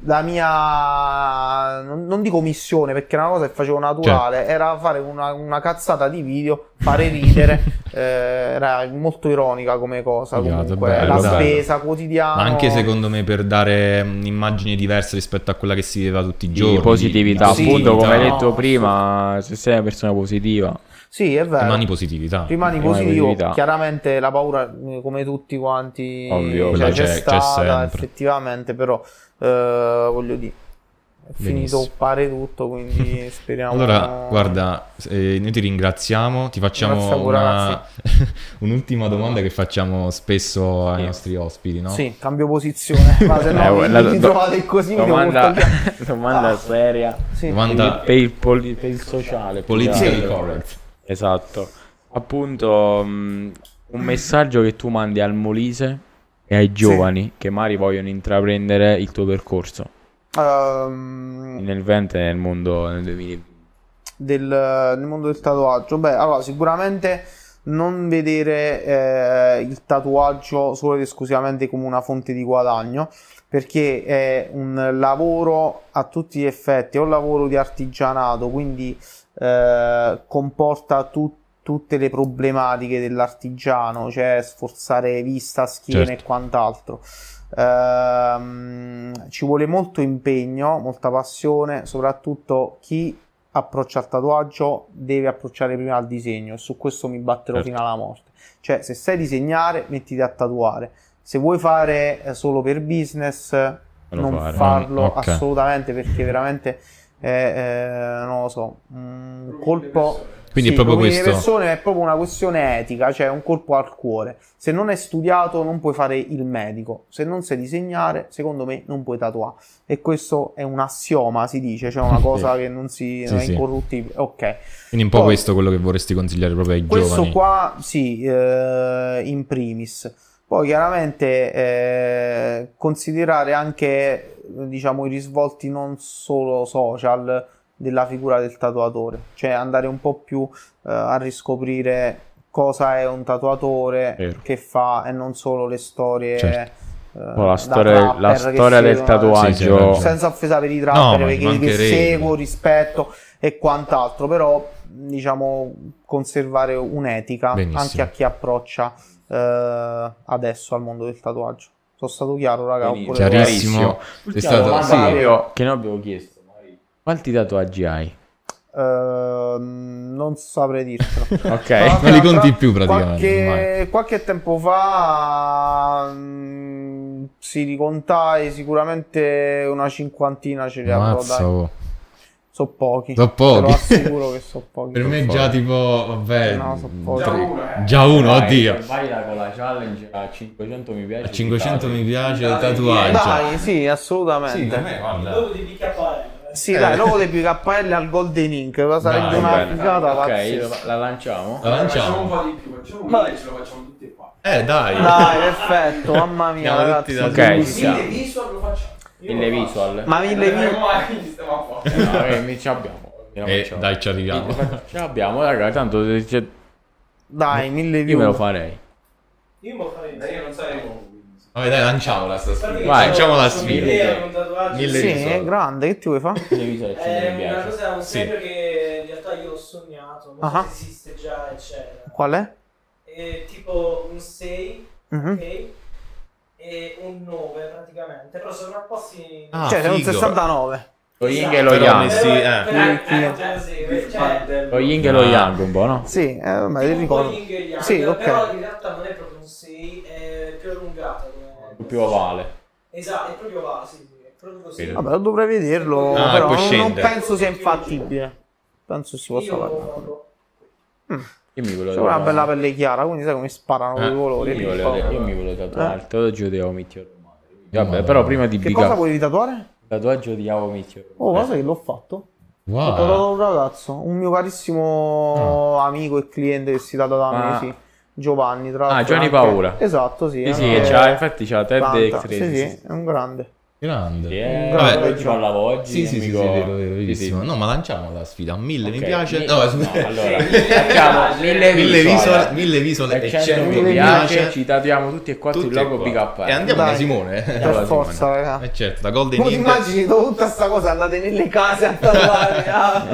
la mia, non, non dico missione perché era una cosa che facevo naturale, Certo. era fare una, una cazzata di video, fare ridere, eh, era molto ironica come cosa, Figata, comunque bello, la bello. spesa quotidiana. Ma anche secondo me per dare un'immagine diversa rispetto a quella che si vedeva tutti i giorni. Di positività, di Sì, appunto, come hai no, detto sì. prima, se sei una persona positiva. Sì, è vero. Rimani positività. Rimani Rimani positivo, positività. chiaramente la paura eh, come tutti quanti Ovvio. cioè, Quella c'è, c'è- c'è stata sempre. effettivamente, però eh, voglio dire, è finito Benissimo. pare tutto, quindi speriamo. Allora, guarda, eh, noi ti ringraziamo, ti facciamo Grazie a voi, una... un'ultima domanda che facciamo spesso ai nostri ospiti, no? Sì, cambio posizione, ma se no Eh, mi, la- mi do- trovate così, mi devo domanda, molto- domanda Ah, seria. sì. Domanda Per il, poli- per il sociale. più che politically altro. correct. Esatto. Appunto, mh, un messaggio che tu mandi al Molise e ai giovani che magari vogliono intraprendere il tuo percorso Ehm, nel venti e nel mondo nel duemilaventi. del, nel mondo del tatuaggio. Beh, allora sicuramente non vedere eh, il tatuaggio solo ed esclusivamente come una fonte di guadagno, perché è un lavoro a tutti gli effetti, è un lavoro di artigianato, quindi eh, comporta tu- tutte le problematiche dell'artigiano, cioè sforzare vista, schiena Certo. e quant'altro. Ehm, ci vuole molto impegno, molta passione, soprattutto chi approccia al tatuaggio deve approcciare prima al disegno, e su questo mi batterò Certo. fino alla morte. Cioè, se sai disegnare, mettiti a tatuare. Se vuoi fare eh, solo per business, non fare. farlo Ok. assolutamente, perché veramente è, eh, non lo so, un colpo. Quindi Sì, è proprio rovini le questo. persone, è proprio una questione etica, cioè un colpo al cuore. Se non hai studiato non puoi fare il medico, se non sai disegnare secondo me non puoi tatuare, e questo è un assioma, si dice, cioè una cosa che non, si, Sì, non è sì. incorruttibile. Ok, Quindi un po' Poi- questo quello che vorresti consigliare proprio ai questo giovani. qua sì, eh, in primis. Poi chiaramente eh, considerare anche, diciamo, i risvolti non solo social della figura del tatuatore, cioè andare un po' più eh, a riscoprire cosa è un tatuatore, Vero. che fa, e non solo le storie. Certo. eh, Oh, la da storia, trapper la che storia del seguono- tatuaggio. Sì, sì, certo. senza offesa per i No, trapper, ma perché ci che mancherebbe. seguo, rispetto e quant'altro, però diciamo conservare un'etica Benissimo. anche a chi approccia eh, adesso al mondo del tatuaggio. Sono stato chiaro, raga? Benissimo. Oppure- Chiarissimo. Sei stato... domanda sì. che io- che noi abbiamo chiesto. magari. Quanti tatuaggi hai? Eh, non saprei dirtelo. Ok. Tra- Non li tra- conti più praticamente, Qualche, qualche tempo fa mm, si ricontai sicuramente una cinquantina, ce li avrò, Mazza, dai. oh. So pochi. So pochi. Te lo assicuro che so pochi. Per me già tipo, vabbè, No, so pochi. Già uno, eh. già uno, oddio. Vai là con la challenge a cinquecento mi piace. A cinquecento mi piace il Dai, tatuaggio. Dai, sì, assolutamente. guarda. Dopo di K L. Sì, dai, logo dei P K L al Golden Ink, sarebbe Dai, una bene. figata Ok, pazzesca. la lanciamo. La Facciamo un lanciamo. po' di più, facciamo un Vai. po' e ce lo facciamo tutti qua. Eh, dai. Dai, perfetto, mamma mia, Siamo ragazzi. tutti da- Ok, bellissimo. siamo. Mille visual lo facciamo. Io Mille lo faccio. visual. Ma mille Non vi- avremo mai, quindi stiamo a posto. No, eh, mi ci abbiamo. Ce Eh, facciamo. dai, ci arriviamo. Ce l'abbiamo, raga, tanto se- se- Dai, mille io me lo view. farei. Io me lo farei. Dai, io non sarei nuovo, quindi. Vabbè, dai, lanciamola sta Guarda che sfida. Vai, c'ho- Lanciamo la c'ho sfida. un'idea con un tatuaggio. Mille Sì, visual. è grande, che ti vuoi fare? Mille visual e È cinque mi una piace. cosa, un Sì. segno che in realtà io l'ho sognato, non Ah. so se esiste già, eccetera. Qual è? È tipo un sei, Mhm. ok? E un nove praticamente, però sono apposti... Ah, Cioè, sei un figo. sessantanove. Lo yin e lo Però yang. messi- eh. Però- Sì, sì. eh, te lo segui, cioè, Lo yin e lo Ah. yang un po', no? Sì, eh, vabbè, ti tipo un ricordo. po' yin e yang, Sì, ok. però in realtà non è proprio un sei, è più allungato. come- Più ovale. Esatto, è proprio ovale, sì, sì, è proprio così. Vero. Vabbè, dovrei vederlo, Ah, però poi non, non scende. penso sia infattibile. Penso si possa Io fare. lo farò. Io mi volevo C'è una tatuare- bella pelle chiara, quindi sai come sparano Eh, i colori. Io mi volevo, io mi volevo tatuare Eh. il tatuaggio di How Meet Your Mother. Vabbè, però prima di Che Big cosa Up, volevi tatuare? il tatuaggio di How Meet Your Oh, Mother. cosa che l'ho fatto? Ho Wow. tatuato un ragazzo, un mio carissimo amico e cliente che si tatua da me, Ma- sì. Giovanni, tra Ah, l'altro. Giovanni anche- Paura. Esatto, sì. Sì, sì, anche- c'ha- infatti c'ha TED tanta. X Sì, sì, è un grande. Grande. Sì, eh, Vabbè. oggi ballavo oggi. Sì, sì, sì, sì, amico. vero, vero, Sì, verissimo. sì. No, ma lanciamo la sfida. Mille mi Ok, piace. mi- No, no, scusa. allora, facciamo mille Mille visual, visole, mille visole e e cento cento mi mi piace. piace. Ci tatuiamo tutti e quattro Tutti il logo qua. Big Up. E andiamo da Dai. Simone. eh. Per Andiamo da forza, Simone. raga. Eh certo, da Golden Tu ti Ink. immagini tutta sta cosa, andate nelle case a tatuare. ah,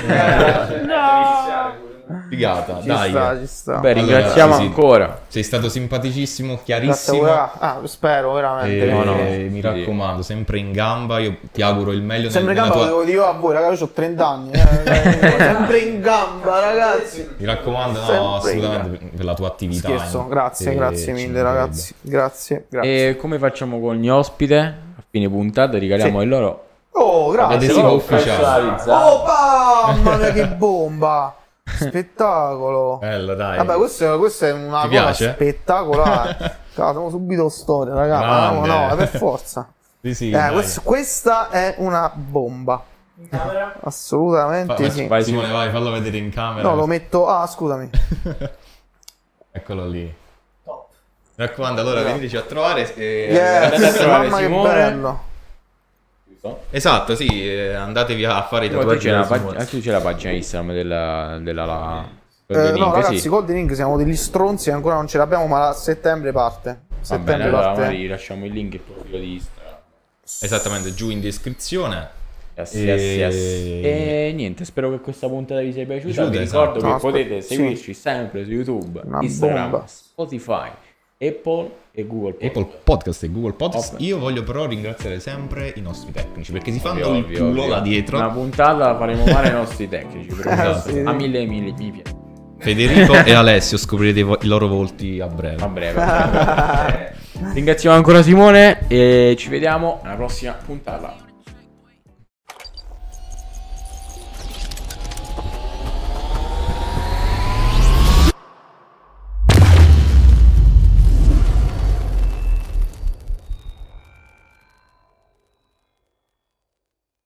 No. Figata, Ci dai. sta, ci sta. Beh, Allora, ringraziamo sì, sì. ancora. Sei stato simpaticissimo, Grazie, chiarissimo. ora- ah, spero veramente. E No, no. mi Sì. raccomando, sempre in gamba. Io ti auguro il meglio Sempre in nella gamba, tua... lo dico a voi, ragazzi, io ho trenta anni. eh. Sempre in gamba, ragazzi. Mi raccomando, Sempre no, in assolutamente per, per la tua attività. Scherzo, eh. grazie, E grazie ci mille, mancherebbe. ragazzi. Grazie, grazie. E come facciamo con gli ospite? A fine puntata regaliamo Sì. il loro Oh, grazie. Adesivo Oh, ufficiale. Oh, mamma mia, che bomba! Spettacolo. Bello, dai. Vabbè, questa, questa è una Ti cosa piace? spettacolare. Facciamo subito storia, ragazzi. No, Grande. no, per forza. Sì, sì, Eh, dai. quest- questa è una bomba. In camera? Assolutamente Fa- sì. vai, Simone, vai, fallo vedere in camera. No, lo metto. Ah, scusami. Eccolo lì. Top. Mi raccomando, allora veniteci a trovare. e- Yes, andate a trovare mamma che Simone. bello. Esatto, sì, eh, andatevi a fare i Tu c'è, tatuaggi la della pag- Simone. ah, tu c'è la pagina Instagram della, della la... Eh, Golden no, Ink, ragazzi, sì. Golden Ink siamo degli stronzi, ancora non ce l'abbiamo, ma a settembre parte. Va Settembre bene, allora parte. magari lasciamo il link e il profilo di Instagram. Esattamente, giù in descrizione. Yes, E- yes, yes. E niente, spero che questa puntata vi sia piaciuta. Piaciuta, Vi ricordo esatto. che No, potete sì. seguirci sempre su YouTube, Una Instagram, bomba. Spotify, Apple e Google Podcast. Apple Podcast e Google Podcast. Ovvio. Io voglio però ringraziare sempre i nostri tecnici perché si fanno Ovvio, il ovvio, culo ovvio. là dietro. Una puntata la faremo male ai nostri tecnici. Per Esatto. sì. A mille e mille mi piace. Federico e Alessio, scoprirete vo- i loro volti a breve. A breve. A breve. Ringraziamo ancora Simone e ci vediamo alla prossima puntata.